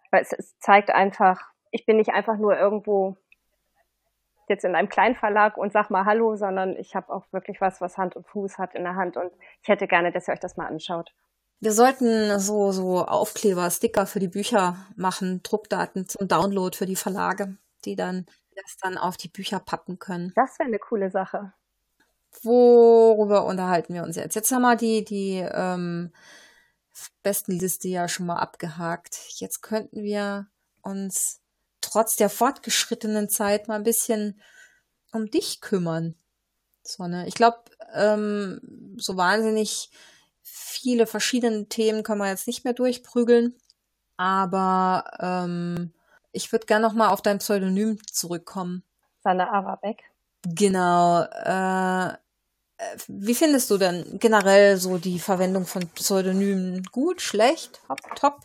weil es, es zeigt einfach, ich bin nicht einfach nur irgendwo jetzt in einem Kleinverlag und sag mal Hallo, sondern ich habe auch wirklich was, was Hand und Fuß hat in der Hand und ich hätte gerne, dass ihr euch das mal anschaut. Wir sollten so, so Aufkleber, Sticker für die Bücher machen, Druckdaten zum Download für die Verlage, die dann das dann auf die Bücher pappen können. Das wäre eine coole Sache. Worüber unterhalten wir uns jetzt? Jetzt haben wir die, die ähm, Bestenliste ja schon mal abgehakt. Jetzt könnten wir uns trotz der fortgeschrittenen Zeit mal ein bisschen um dich kümmern, Sonne. Ich glaube, ähm, so wahnsinnig viele verschiedene Themen können wir jetzt nicht mehr durchprügeln, aber ähm, ich würde gerne noch mal auf dein Pseudonym zurückkommen. Sanne Averbeck. Genau. Äh, wie findest du denn generell so die Verwendung von Pseudonymen? Gut, schlecht, hopp, top?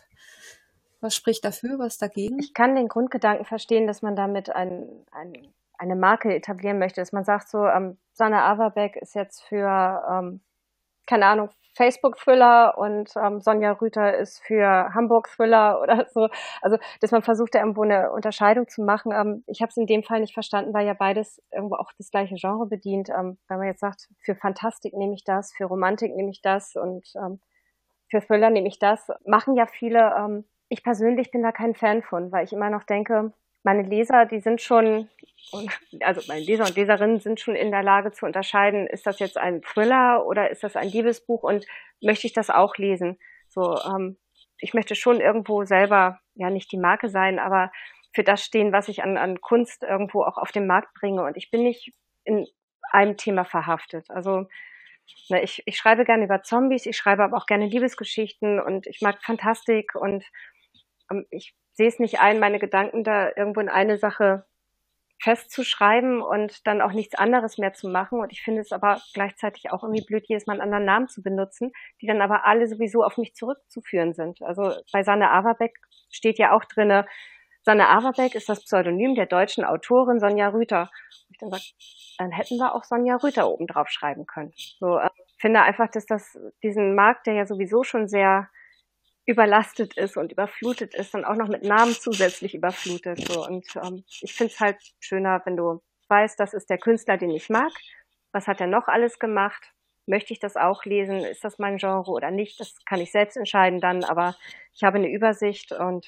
Was spricht dafür, was dagegen? Ich kann den Grundgedanken verstehen, dass man damit ein, ein, eine Marke etablieren möchte, dass man sagt so, ähm, Sanne Averbeck ist jetzt für, ähm, keine Ahnung, Facebook-Thriller und ähm, Sonja Rüther ist für Hamburg-Thriller oder so. Also, dass man versucht, da irgendwo eine Unterscheidung zu machen. Ähm, ich habe es in dem Fall nicht verstanden, weil ja beides irgendwo auch das gleiche Genre bedient. Ähm, wenn man jetzt sagt, für Fantastik nehme ich das, für Romantik nehme ich das und ähm, für Thriller nehme ich das, machen ja viele. Ähm, ich persönlich bin da kein Fan von, weil ich immer noch denke, meine Leser, die sind schon, also meine Leser und Leserinnen sind schon in der Lage zu unterscheiden, ist das jetzt ein Thriller oder ist das ein Liebesbuch und möchte ich das auch lesen? So, ähm, ich möchte schon irgendwo selber, ja nicht die Marke sein, aber für das stehen, was ich an, an Kunst irgendwo auch auf den Markt bringe und ich bin nicht in einem Thema verhaftet. Also ne, ich, ich schreibe gerne über Zombies, ich schreibe aber auch gerne Liebesgeschichten und ich mag Fantastik und ähm, ich sehe es nicht ein, meine Gedanken da irgendwo in eine Sache festzuschreiben und dann auch nichts anderes mehr zu machen. Und ich finde es aber gleichzeitig auch irgendwie blöd, jedes Mal einen anderen Namen zu benutzen, die dann aber alle sowieso auf mich zurückzuführen sind. Also bei Sanne Averbeck steht ja auch drinne, Sanne Averbeck ist das Pseudonym der deutschen Autorin Sonja Rüther. Und ich dann sage, dann hätten wir auch Sonja Rüther oben drauf schreiben können. So, äh, finde einfach, dass das diesen Markt, der ja sowieso schon sehr überlastet ist und überflutet ist, dann auch noch mit Namen zusätzlich überflutet. So. Und ähm, ich finde es halt schöner, wenn du weißt, das ist der Künstler, den ich mag. Was hat er noch alles gemacht? Möchte ich das auch lesen? Ist das mein Genre oder nicht? Das kann ich selbst entscheiden dann, aber ich habe eine Übersicht und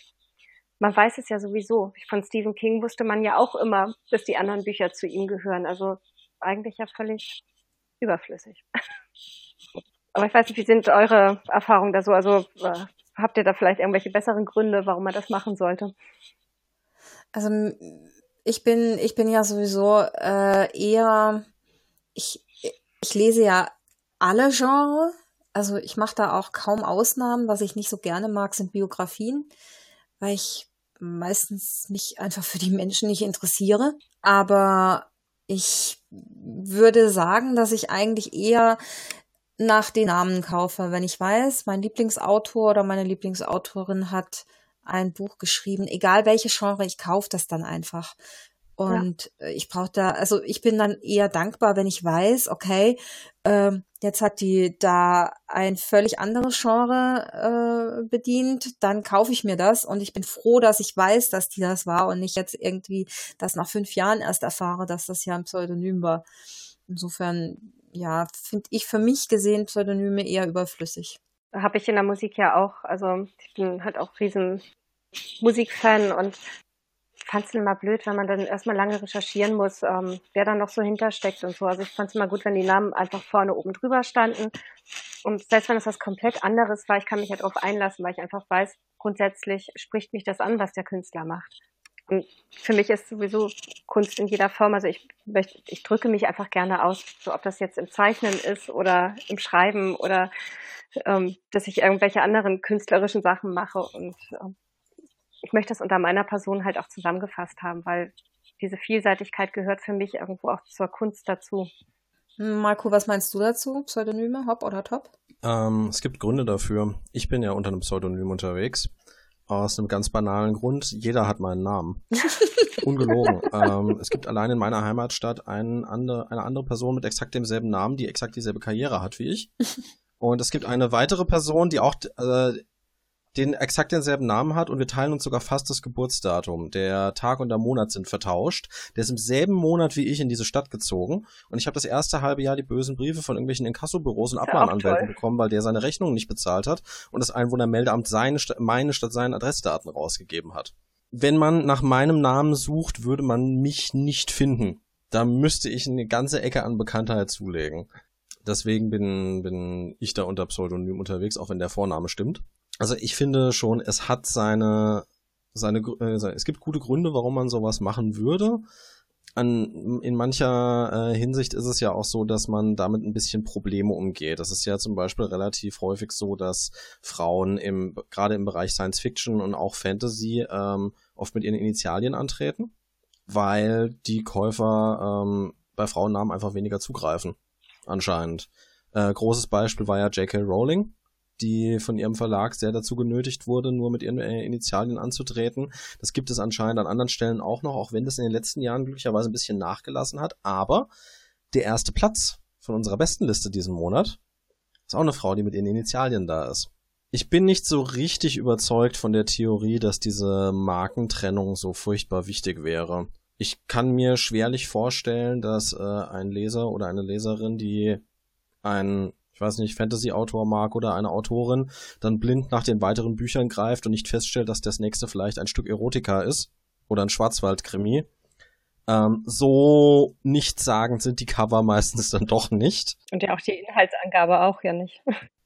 man weiß es ja sowieso. Von Stephen King wusste man ja auch immer, dass die anderen Bücher zu ihm gehören. Also eigentlich ja völlig überflüssig. Aber ich weiß nicht, wie sind eure Erfahrungen da so? Also äh, habt ihr da vielleicht irgendwelche besseren Gründe, warum man das machen sollte? Also ich bin, ich bin ja sowieso äh, eher, ich, ich lese ja alle Genres. Also ich mache da auch kaum Ausnahmen. Was ich nicht so gerne mag, sind Biografien, weil ich meistens mich einfach für die Menschen nicht interessiere. Aber ich würde sagen, dass ich eigentlich eher nach den Namen kaufe. Wenn ich weiß, mein Lieblingsautor oder meine Lieblingsautorin hat ein Buch geschrieben, egal welche Genre, ich kaufe das dann einfach. Und ja. ich brauche da, also ich bin dann eher dankbar, wenn ich weiß, okay, ähm, jetzt hat die da ein völlig anderes Genre äh, bedient, dann kaufe ich mir das und ich bin froh, dass ich weiß, dass die das war und nicht jetzt irgendwie das nach fünf Jahren erst erfahre, dass das ja ein Pseudonym war. Insofern, ja, finde ich für mich gesehen Pseudonyme eher überflüssig. Habe ich in der Musik ja auch, also ich bin halt auch riesen Musikfan und fand es immer blöd, wenn man dann erstmal lange recherchieren muss, ähm, wer da noch so hintersteckt und so. Also ich fand es immer gut, wenn die Namen einfach vorne oben drüber standen. Und selbst wenn es was komplett anderes war, ich kann mich ja darauf einlassen, weil ich einfach weiß, grundsätzlich spricht mich das an, was der Künstler macht. Und für mich ist sowieso Kunst in jeder Form, also ich möchte, ich drücke mich einfach gerne aus, so ob das jetzt im Zeichnen ist oder im Schreiben oder ähm, dass ich irgendwelche anderen künstlerischen Sachen mache und ähm, ich möchte das unter meiner Person halt auch zusammengefasst haben, weil diese Vielseitigkeit gehört für mich irgendwo auch zur Kunst dazu. Marco, was meinst du dazu? Pseudonyme, Hop oder Top? Ähm, es gibt Gründe dafür. Ich bin ja unter einem Pseudonym unterwegs. Aus einem ganz banalen Grund. Jeder hat meinen Namen. Ungelogen. ähm, es gibt allein in meiner Heimatstadt einen andere, eine andere Person mit exakt demselben Namen, die exakt dieselbe Karriere hat wie ich. Und es gibt eine weitere Person, die auch äh, den exakt denselben Namen hat und wir teilen uns sogar fast das Geburtsdatum. Der Tag und der Monat sind vertauscht. Der ist im selben Monat wie ich in diese Stadt gezogen und ich habe das erste halbe Jahr die bösen Briefe von irgendwelchen Inkassobüros und Abmahnanwälten bekommen, weil der seine Rechnungen nicht bezahlt hat und das Einwohnermeldeamt seine, meine statt seine Adressdaten rausgegeben hat. Wenn man nach meinem Namen sucht, würde man mich nicht finden. Da müsste ich eine ganze Ecke an Bekanntheit zulegen. Deswegen bin, bin ich da unter Pseudonym unterwegs, auch wenn der Vorname stimmt. Also ich finde schon, es hat seine, seine, äh, es gibt gute Gründe, warum man sowas machen würde. An, in mancher äh, Hinsicht ist es ja auch so, dass man damit ein bisschen Probleme umgeht. Das ist ja zum Beispiel relativ häufig so, dass Frauen im, gerade im Bereich Science Fiction und auch Fantasy ähm, oft mit ihren Initialien antreten, weil die Käufer ähm, bei Frauennamen einfach weniger zugreifen, anscheinend. Äh, großes Beispiel war ja J K. Rowling, die von ihrem Verlag sehr dazu genötigt wurde, nur mit ihren äh, Initialien anzutreten. Das gibt es anscheinend an anderen Stellen auch noch, auch wenn das in den letzten Jahren glücklicherweise ein bisschen nachgelassen hat. Aber der erste Platz von unserer besten Liste diesen Monat ist auch eine Frau, die mit ihren Initialien da ist. Ich bin nicht so richtig überzeugt von der Theorie, dass diese Markentrennung so furchtbar wichtig wäre. Ich kann mir schwerlich vorstellen, dass äh, ein Leser oder eine Leserin, die ein ich weiß nicht, Fantasy-Autor mag oder eine Autorin, dann blind nach den weiteren Büchern greift und nicht feststellt, dass das nächste vielleicht ein Stück Erotika ist oder ein Schwarzwald-Krimi. Ähm, so nichtssagend sind die Cover meistens dann doch nicht. Und ja auch die Inhaltsangabe auch ja nicht.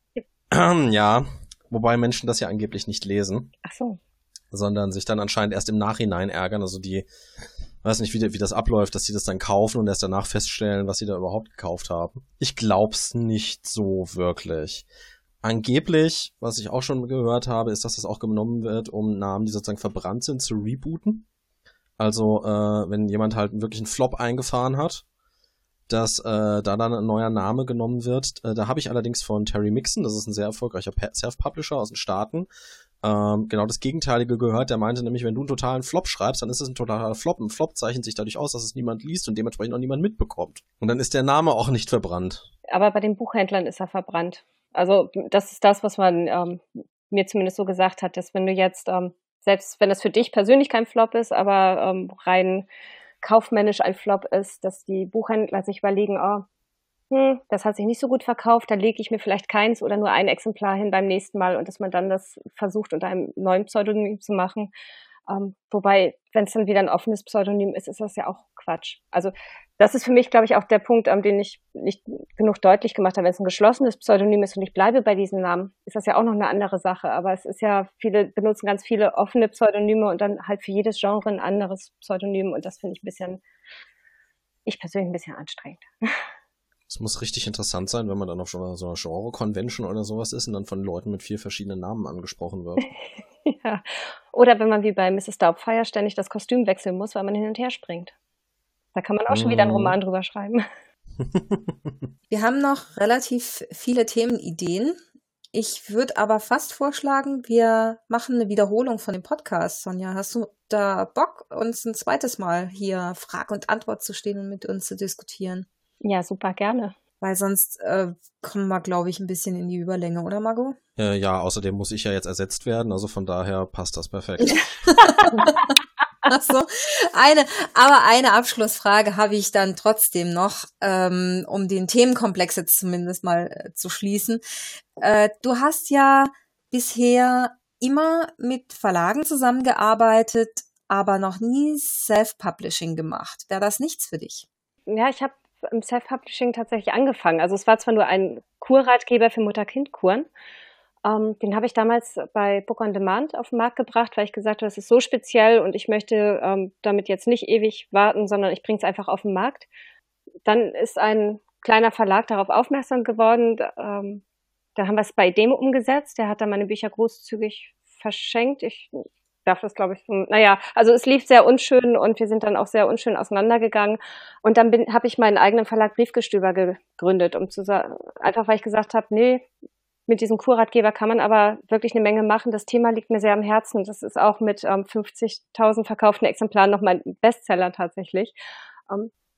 Ja, wobei Menschen das ja angeblich nicht lesen. Ach so. Sondern sich dann anscheinend erst im Nachhinein ärgern, also die weiß nicht, wie, wie das abläuft, dass sie das dann kaufen und erst danach feststellen, was sie da überhaupt gekauft haben. Ich glaub's nicht so wirklich. Angeblich, was ich auch schon gehört habe, ist, dass das auch genommen wird, um Namen, die sozusagen verbrannt sind, zu rebooten. Also, äh, wenn jemand halt wirklich einen Flop eingefahren hat, dass äh, da dann ein neuer Name genommen wird. Äh, da habe ich allerdings von Terry Mixon, das ist ein sehr erfolgreicher Self-Publisher aus den Staaten, Ähm, genau das Gegenteilige gehört. Der meinte nämlich, wenn du einen totalen Flop schreibst, dann ist es ein totaler Flop. Ein Flop zeichnet sich dadurch aus, dass es niemand liest und dementsprechend auch niemand mitbekommt. Und dann ist der Name auch nicht verbrannt. Aber bei den Buchhändlern ist er verbrannt. Also das ist das, was man ähm, mir zumindest so gesagt hat, dass wenn du jetzt, ähm, selbst wenn das für dich persönlich kein Flop ist, aber ähm, rein kaufmännisch ein Flop ist, dass die Buchhändler sich überlegen, oh, hm, das hat sich nicht so gut verkauft, da lege ich mir vielleicht keins oder nur ein Exemplar hin beim nächsten Mal und dass man dann das versucht, unter einem neuen Pseudonym zu machen. Ähm, wobei, wenn es dann wieder ein offenes Pseudonym ist, ist das ja auch Quatsch. Also das ist für mich, glaube ich, auch der Punkt, um den ich nicht genug deutlich gemacht habe. Wenn es ein geschlossenes Pseudonym ist und ich bleibe bei diesem Namen, ist das ja auch noch eine andere Sache. Aber es ist ja, viele benutzen ganz viele offene Pseudonyme und dann halt für jedes Genre ein anderes Pseudonym und das finde ich ein bisschen, ich persönlich ein bisschen anstrengend. Es muss richtig interessant sein, wenn man dann auf so einer Genre-Convention oder sowas ist und dann von Leuten mit vier verschiedenen Namen angesprochen wird. Ja. Oder wenn man wie bei Misses Doubtfire ständig das Kostüm wechseln muss, weil man hin und her springt. Da kann man auch schon wieder einen Roman drüber schreiben. Wir haben noch relativ viele Themenideen. Ich würde aber fast vorschlagen, wir machen eine Wiederholung von dem Podcast. Sonja, hast du da Bock, uns ein zweites Mal hier Frage und Antwort zu stehen und mit uns zu diskutieren? Ja, super, gerne. Weil sonst äh, kommen wir, glaube ich, ein bisschen in die Überlänge, oder Margot? Äh, ja, außerdem muss ich ja jetzt ersetzt werden, also von daher passt das perfekt. Ach so, eine, aber eine Abschlussfrage habe ich dann trotzdem noch, ähm, um den Themenkomplex jetzt zumindest mal äh, zu schließen. Äh, du hast ja bisher immer mit Verlagen zusammengearbeitet, aber noch nie Self-Publishing gemacht. Wäre das nichts für dich? Ja, ich habe im Self-Publishing tatsächlich angefangen. Also es war zwar nur ein Kurratgeber für Mutter-Kind-Kuren. Ähm, den habe ich damals bei Book on Demand auf den Markt gebracht, weil ich gesagt habe, das ist so speziell und ich möchte ähm, damit jetzt nicht ewig warten, sondern ich bringe es einfach auf den Markt. Dann ist ein kleiner Verlag darauf aufmerksam geworden. Ähm, da haben wir es bei Demo umgesetzt. Der hat dann meine Bücher großzügig verschenkt. Ich darf das, glaube ich, naja, also es lief sehr unschön und wir sind dann auch sehr unschön auseinandergegangen. Und dann bin, habe ich meinen eigenen Verlag Briefgestöber gegründet, um zu sagen, einfach weil ich gesagt habe, nee, mit diesem Kurratgeber kann man aber wirklich eine Menge machen. Das Thema liegt mir sehr am Herzen. Das ist auch mit ähm, fünfzigtausend verkauften Exemplaren noch mein Bestseller tatsächlich. Ähm,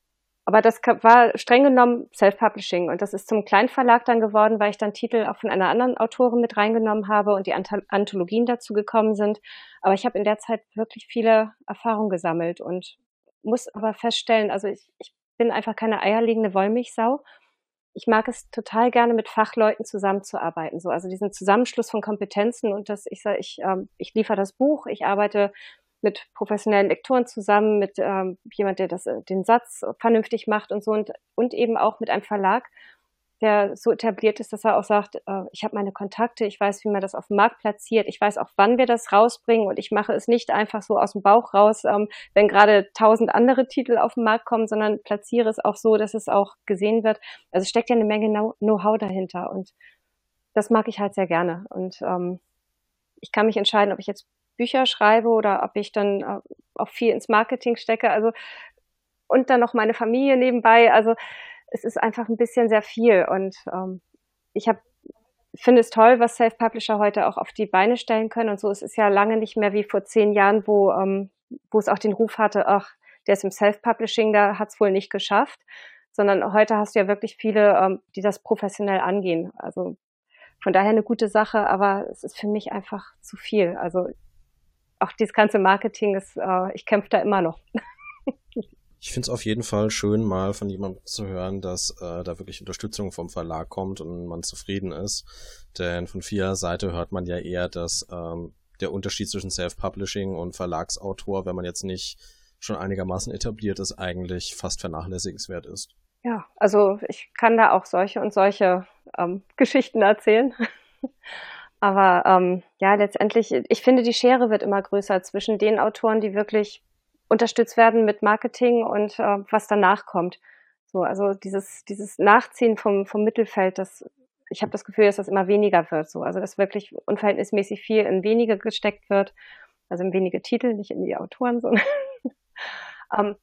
aber das war streng genommen Self-Publishing und das ist zum Kleinverlag dann geworden, weil ich dann Titel auch von einer anderen Autorin mit reingenommen habe und die Anth- Anthologien dazu gekommen sind. Aber ich habe in der Zeit wirklich viele Erfahrungen gesammelt und muss aber feststellen, also ich, ich bin einfach keine eierlegende Wollmilchsau. Ich mag es total gerne, mit Fachleuten zusammenzuarbeiten. So, also diesen Zusammenschluss von Kompetenzen und das, ich sage, ich, ähm, ich liefere das Buch, ich arbeite mit professionellen Lektoren zusammen, mit ähm, jemand, der das, den Satz vernünftig macht und so und, und eben auch mit einem Verlag, der so etabliert ist, dass er auch sagt, äh, ich habe meine Kontakte, ich weiß, wie man das auf dem Markt platziert, ich weiß auch, wann wir das rausbringen und ich mache es nicht einfach so aus dem Bauch raus, ähm, wenn gerade tausend andere Titel auf den Markt kommen, sondern platziere es auch so, dass es auch gesehen wird. Also steckt ja eine Menge Know-how dahinter und das mag ich halt sehr gerne und ähm, ich kann mich entscheiden, ob ich jetzt Bücher schreibe oder ob ich dann äh, auch viel ins Marketing stecke, also und dann noch meine Familie nebenbei, also es ist einfach ein bisschen sehr viel und ähm, ich habe finde es toll, was Self-Publisher heute auch auf die Beine stellen können und so. Es ist ja lange nicht mehr wie vor zehn Jahren, wo ähm, wo es auch den Ruf hatte, ach, der ist im Self-Publishing, da hat es wohl nicht geschafft, sondern heute hast du ja wirklich viele, ähm, die das professionell angehen. Also von daher eine gute Sache, aber es ist für mich einfach zu viel. Also auch dieses ganze Marketing ist, äh, ich kämpfe da immer noch. Ich finde es auf jeden Fall schön, mal von jemandem zu hören, dass äh, da wirklich Unterstützung vom Verlag kommt und man zufrieden ist. Denn von vieler Seite hört man ja eher, dass ähm, der Unterschied zwischen Self-Publishing und Verlagsautor, wenn man jetzt nicht schon einigermaßen etabliert ist, eigentlich fast vernachlässigenswert ist. Ja, also ich kann da auch solche und solche ähm, Geschichten erzählen. Aber ähm, ja, letztendlich, ich finde, die Schere wird immer größer zwischen den Autoren, die wirklich unterstützt werden mit Marketing und äh, was danach kommt. So, also dieses dieses Nachziehen vom vom Mittelfeld, das ich habe das Gefühl, dass das immer weniger wird. So, also dass wirklich unverhältnismäßig viel in wenige gesteckt wird, also in wenige Titel, nicht in die Autoren, sondern ähm,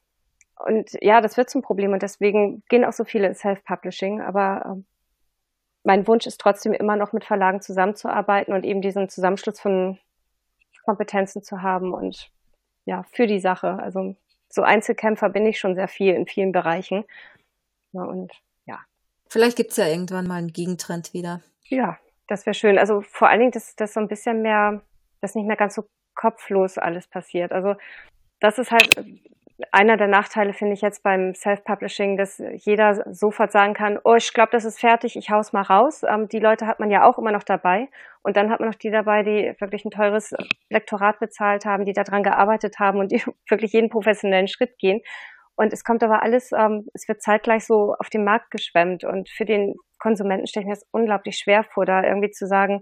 und ja, das wird zum Problem und deswegen gehen auch so viele in Self-Publishing. Aber ähm, mein Wunsch ist trotzdem immer noch mit Verlagen zusammenzuarbeiten und eben diesen Zusammenschluss von Kompetenzen zu haben und ja, für die Sache. Also so Einzelkämpfer bin ich schon sehr viel in vielen Bereichen. Ja, und ja. Vielleicht gibt's ja irgendwann mal einen Gegentrend wieder. Ja, das wäre schön. Also vor allen Dingen, dass das so ein bisschen mehr, dass nicht mehr ganz so kopflos alles passiert. Also das ist halt einer der Nachteile, finde ich jetzt beim Self-Publishing, dass jeder sofort sagen kann, oh, ich glaube, das ist fertig, ich hau's mal raus. Ähm, die Leute hat man ja auch immer noch dabei. Und dann hat man noch die dabei, die wirklich ein teures Lektorat bezahlt haben, die daran gearbeitet haben und die wirklich jeden professionellen Schritt gehen. Und es kommt aber alles, ähm, es wird zeitgleich so auf den Markt geschwemmt. Und für den Konsumenten stelle ich mir das unglaublich schwer vor, da irgendwie zu sagen,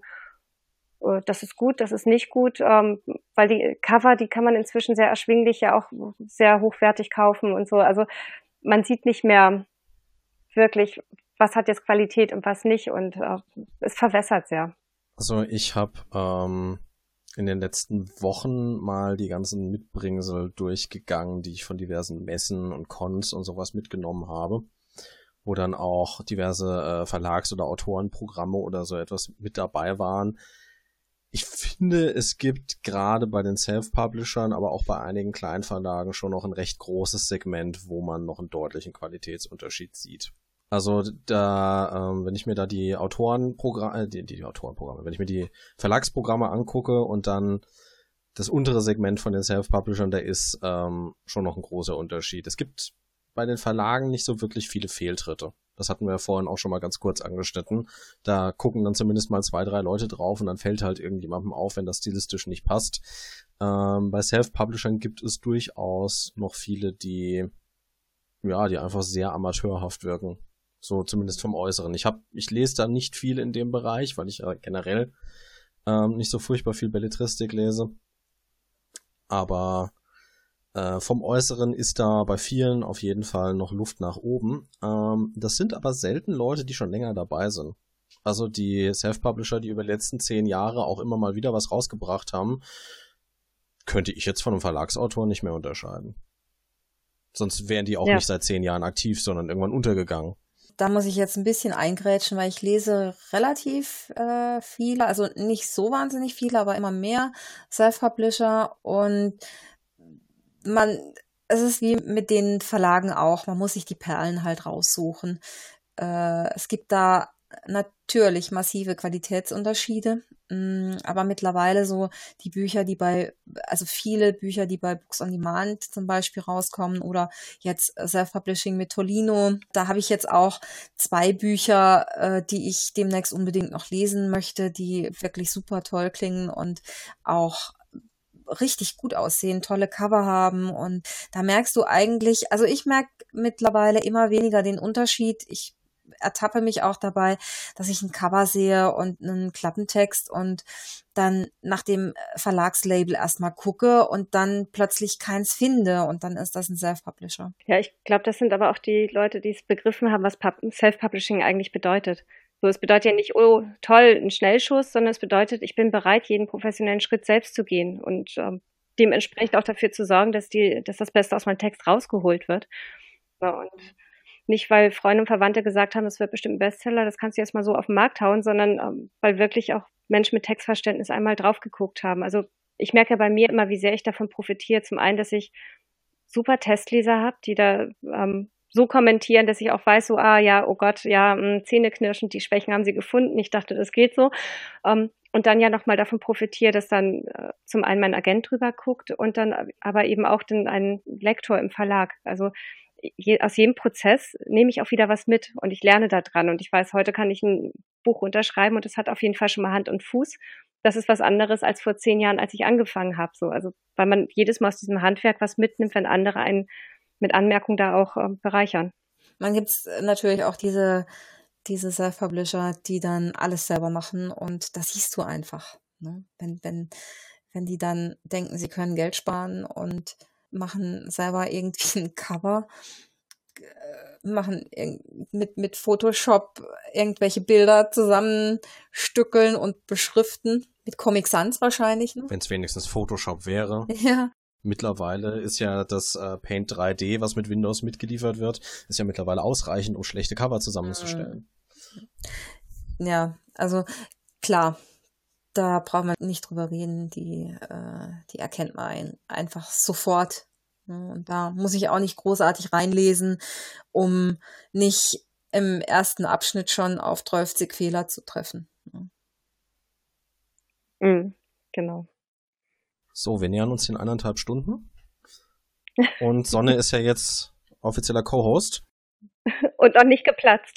das ist gut, das ist nicht gut, ähm, weil die Cover, die kann man inzwischen sehr erschwinglich ja auch sehr hochwertig kaufen und so. Also man sieht nicht mehr wirklich, was hat jetzt Qualität und was nicht und äh, es verwässert sehr. Also ich habe ähm, in den letzten Wochen mal die ganzen Mitbringsel durchgegangen, die ich von diversen Messen und Cons und sowas mitgenommen habe, wo dann auch diverse äh, Verlags- oder Autorenprogramme oder so etwas mit dabei waren. Ich finde, es gibt gerade bei den Self-Publishern, aber auch bei einigen Kleinverlagen schon noch ein recht großes Segment, wo man noch einen deutlichen Qualitätsunterschied sieht. Also da, ähm, wenn ich mir da die Autorenprogramme, die, die Autorenprogramme, wenn ich mir die Verlagsprogramme angucke und dann das untere Segment von den Self-Publishern, da ist ähm, schon noch ein großer Unterschied. Es gibt bei den Verlagen nicht so wirklich viele Fehltritte. Das hatten wir ja vorhin auch schon mal ganz kurz angeschnitten. Da gucken dann zumindest mal zwei, drei Leute drauf und dann fällt halt irgendjemandem auf, wenn das stilistisch nicht passt. Ähm, bei Self-Publishern gibt es durchaus noch viele, die, ja, die einfach sehr amateurhaft wirken. So zumindest vom Äußeren. Ich hab, ich lese da nicht viel in dem Bereich, weil ich ja generell ähm, nicht so furchtbar viel Belletristik lese. Aber Äh, vom Äußeren ist da bei vielen auf jeden Fall noch Luft nach oben. Ähm, das sind aber selten Leute, die schon länger dabei sind. Also die Self-Publisher, die über die letzten zehn Jahre auch immer mal wieder was rausgebracht haben, könnte ich jetzt von einem Verlagsautor nicht mehr unterscheiden. Sonst wären die auch ja. nicht seit zehn Jahren aktiv, sondern irgendwann untergegangen. Da muss ich jetzt ein bisschen eingrätschen, weil ich lese relativ äh, viele, also nicht so wahnsinnig viele, aber immer mehr Self-Publisher und man es ist wie mit den Verlagen auch, man muss sich die Perlen halt raussuchen. Äh, es gibt da natürlich massive Qualitätsunterschiede, mh, aber mittlerweile so die Bücher, die bei, also viele Bücher, die bei Books on Demand zum Beispiel rauskommen oder jetzt Self-Publishing mit Tolino, da habe ich jetzt auch zwei Bücher, äh, die ich demnächst unbedingt noch lesen möchte, die wirklich super toll klingen und auch richtig gut aussehen, tolle Cover haben und da merkst du eigentlich, also ich merke mittlerweile immer weniger den Unterschied. Ich ertappe mich auch dabei, dass ich ein Cover sehe und einen Klappentext und dann nach dem Verlagslabel erstmal gucke und dann plötzlich keins finde und dann ist das ein Self-Publisher. Ja, ich glaube, das sind aber auch die Leute, die es begriffen haben, was Pub- Self-Publishing eigentlich bedeutet. So, es bedeutet ja nicht, oh, toll, ein Schnellschuss, sondern es bedeutet, ich bin bereit, jeden professionellen Schritt selbst zu gehen und ähm, dementsprechend auch dafür zu sorgen, dass die, dass das Beste aus meinem Text rausgeholt wird. Ja, und nicht, weil Freunde und Verwandte gesagt haben, es wird bestimmt ein Bestseller, das kannst du jetzt mal so auf den Markt hauen, sondern ähm, weil wirklich auch Menschen mit Textverständnis einmal drauf geguckt haben. Also ich merke bei mir immer, wie sehr ich davon profitiere. Zum einen, dass ich super Testleser habe, die da ähm, so kommentieren, dass ich auch weiß, so, ah ja, oh Gott, ja, mh, zähneknirschend, die Schwächen haben sie gefunden. Ich dachte, das geht so. Ähm, und dann ja nochmal davon profitiere, dass dann äh, zum einen mein Agent drüber guckt und dann aber eben auch den, ein Lektor im Verlag. Also Je, aus jedem Prozess nehme ich auch wieder was mit und ich lerne da dran und ich weiß, heute kann ich ein Buch unterschreiben und es hat auf jeden Fall schon mal Hand und Fuß. Das ist was anderes als vor zehn Jahren, als ich angefangen habe. So, also weil man jedes Mal aus diesem Handwerk was mitnimmt, wenn andere einen mit Anmerkungen da auch ähm, bereichern. Man gibt's natürlich auch diese diese Self-Publisher, die dann alles selber machen und das siehst du einfach, ne? Wenn wenn wenn die dann denken, sie können Geld sparen und machen selber irgendwie ein Cover, machen mit, mit Photoshop irgendwelche Bilder zusammenstückeln und beschriften. Mit Comic Sans wahrscheinlich. Ne? Wenn es wenigstens Photoshop wäre. Ja. Mittlerweile ist ja das äh, Paint drei D, was mit Windows mitgeliefert wird, ist ja mittlerweile ausreichend, um schlechte Cover zusammenzustellen. Ja, also klar. Da braucht man nicht drüber reden, die, äh, die erkennt man ein, einfach sofort. Und da muss ich auch nicht großartig reinlesen, um nicht im ersten Abschnitt schon auf dreißig Fehler zu treffen. Mhm, genau. So, wir nähern uns den anderthalb Stunden. Und Sonne ist ja jetzt offizieller Co-Host. Und auch nicht geplatzt.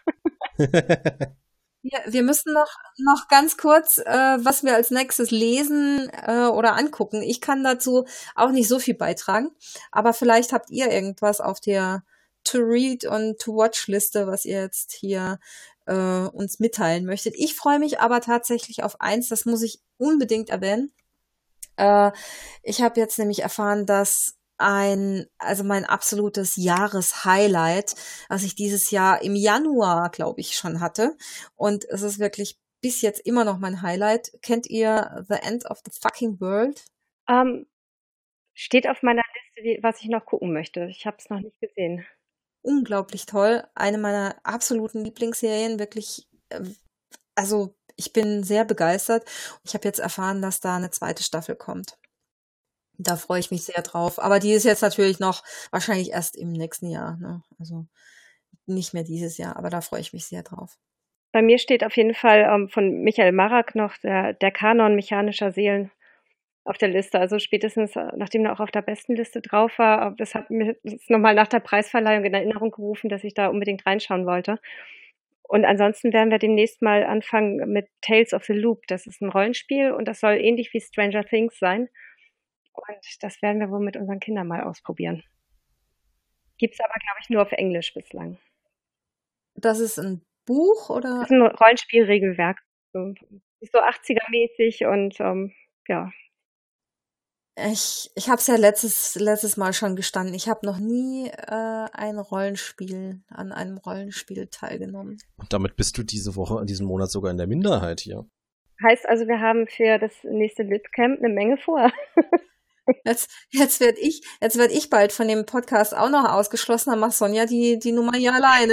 Ja, wir müssen noch, noch ganz kurz, äh, was wir als nächstes lesen äh, oder angucken. Ich kann dazu auch nicht so viel beitragen, aber vielleicht habt ihr irgendwas auf der To-Read- und To-Watch-Liste, was ihr jetzt hier äh, uns mitteilen möchtet. Ich freue mich aber tatsächlich auf eins, das muss ich unbedingt erwähnen. Äh, ich habe jetzt nämlich erfahren, dass ein, also mein absolutes Jahreshighlight, was ich dieses Jahr im Januar, glaube ich, schon hatte. Und es ist wirklich bis jetzt immer noch mein Highlight. Kennt ihr The End of the Fucking World? Ähm, steht auf meiner Liste, die, was ich noch gucken möchte. Ich habe es noch nicht gesehen. Unglaublich toll. Eine meiner absoluten Lieblingsserien. Wirklich, äh, also ich bin sehr begeistert. Ich habe jetzt erfahren, dass da eine zweite Staffel kommt. Da freue ich mich sehr drauf. Aber die ist jetzt natürlich noch wahrscheinlich erst im nächsten Jahr. Ne? Also nicht mehr dieses Jahr, aber da freue ich mich sehr drauf. Bei mir steht auf jeden Fall ähm, von Michael Marak noch der, der Kanon mechanischer Seelen auf der Liste. Also spätestens, nachdem er auch auf der besten Liste drauf war, das hat mir nochmal nach der Preisverleihung in Erinnerung gerufen, dass ich da unbedingt reinschauen wollte. Und ansonsten werden wir demnächst mal anfangen mit Tales of the Loop. Das ist ein Rollenspiel und das soll ähnlich wie Stranger Things sein. Und das werden wir wohl mit unseren Kindern mal ausprobieren. Gibt's aber, glaube ich, nur auf Englisch bislang. Das ist ein Buch, oder? Das ist ein Rollenspielregelwerk. So, ist so achtziger-mäßig und ähm, ja. Ich, ich habe es ja letztes, letztes Mal schon gestanden. Ich habe noch nie äh, ein Rollenspiel, an einem Rollenspiel teilgenommen. Und damit bist du diese Woche, diesen Monat sogar in der Minderheit hier. Heißt also, wir haben für das nächste LibCamp eine Menge vor. Jetzt, jetzt werde ich, jetzt werd ich bald von dem Podcast auch noch ausgeschlossen, dann macht Sonja die, die Nummer hier alleine.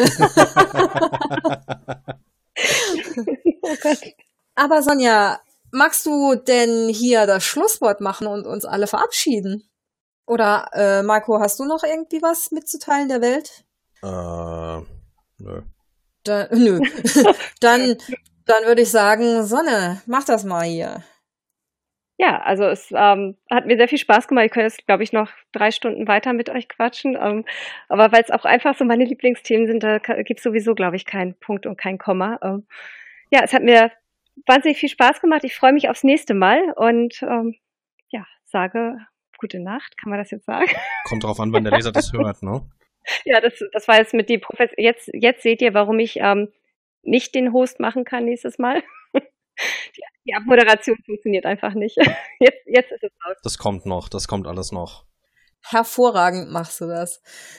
Oh Gott. Aber Sonja, magst du denn hier das Schlusswort machen und uns alle verabschieden? Oder, äh, Marco, hast du noch irgendwie was mitzuteilen der Welt? Äh, nö. Da, nö. dann, dann würde ich sagen, Sonne, mach das mal hier. Ja, also es ähm, hat mir sehr viel Spaß gemacht. Ich könnte jetzt, glaube ich, noch drei Stunden weiter mit euch quatschen. Ähm, aber weil es auch einfach so meine Lieblingsthemen sind, da gibt es sowieso, glaube ich, keinen Punkt und kein Komma. Ähm, ja, es hat mir wahnsinnig viel Spaß gemacht. Ich freue mich aufs nächste Mal und ähm, ja, sage gute Nacht. Kann man das jetzt sagen? Kommt drauf an, wann der Leser das hört, ne? Ja, das, das war jetzt mit die Professor. Jetzt, jetzt seht ihr, warum ich ähm, nicht den Host machen kann nächstes Mal. Die, die Abmoderation funktioniert einfach nicht. Jetzt, jetzt ist es raus. Das kommt noch, das kommt alles noch. Hervorragend machst du das.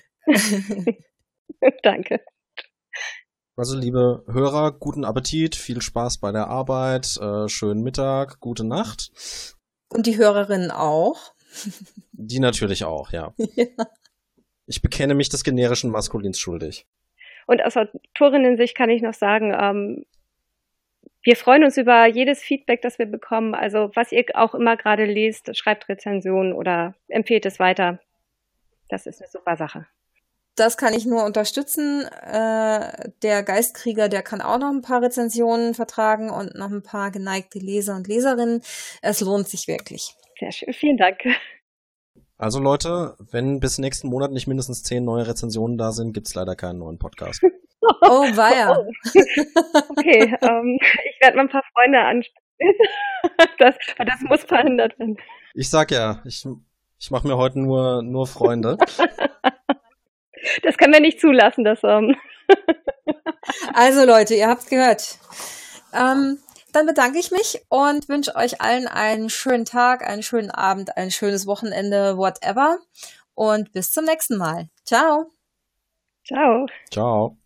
Danke. Also, liebe Hörer, guten Appetit, viel Spaß bei der Arbeit, äh, schönen Mittag, gute Nacht. Und die Hörerinnen auch? Die natürlich auch, ja. Ja. Ich bekenne mich des generischen Maskulins schuldig. Und aus Autorinnen-Sicht kann ich noch sagen, ähm, wir freuen uns über jedes Feedback, das wir bekommen. Also was ihr auch immer gerade lest, schreibt Rezensionen oder empfehlt es weiter. Das ist eine super Sache. Das kann ich nur unterstützen. Äh, der Geistkrieger, der kann auch noch ein paar Rezensionen vertragen und noch ein paar geneigte Leser und Leserinnen. Es lohnt sich wirklich. Sehr schön, vielen Dank. Also Leute, wenn bis nächsten Monat nicht mindestens zehn neue Rezensionen da sind, gibt's leider keinen neuen Podcast. Oh, weia. Oh. Okay, ähm, ich werde mal ein paar Freunde ansprechen. Das, das muss verhindert werden. Ich sag ja, ich, ich mache mir heute nur, nur Freunde. Das können wir nicht zulassen, dass... Ähm Also Leute, ihr habt's gehört. Ähm, dann bedanke ich mich und wünsche euch allen einen schönen Tag, einen schönen Abend, ein schönes Wochenende, whatever. Und bis zum nächsten Mal. Ciao. Ciao. Ciao.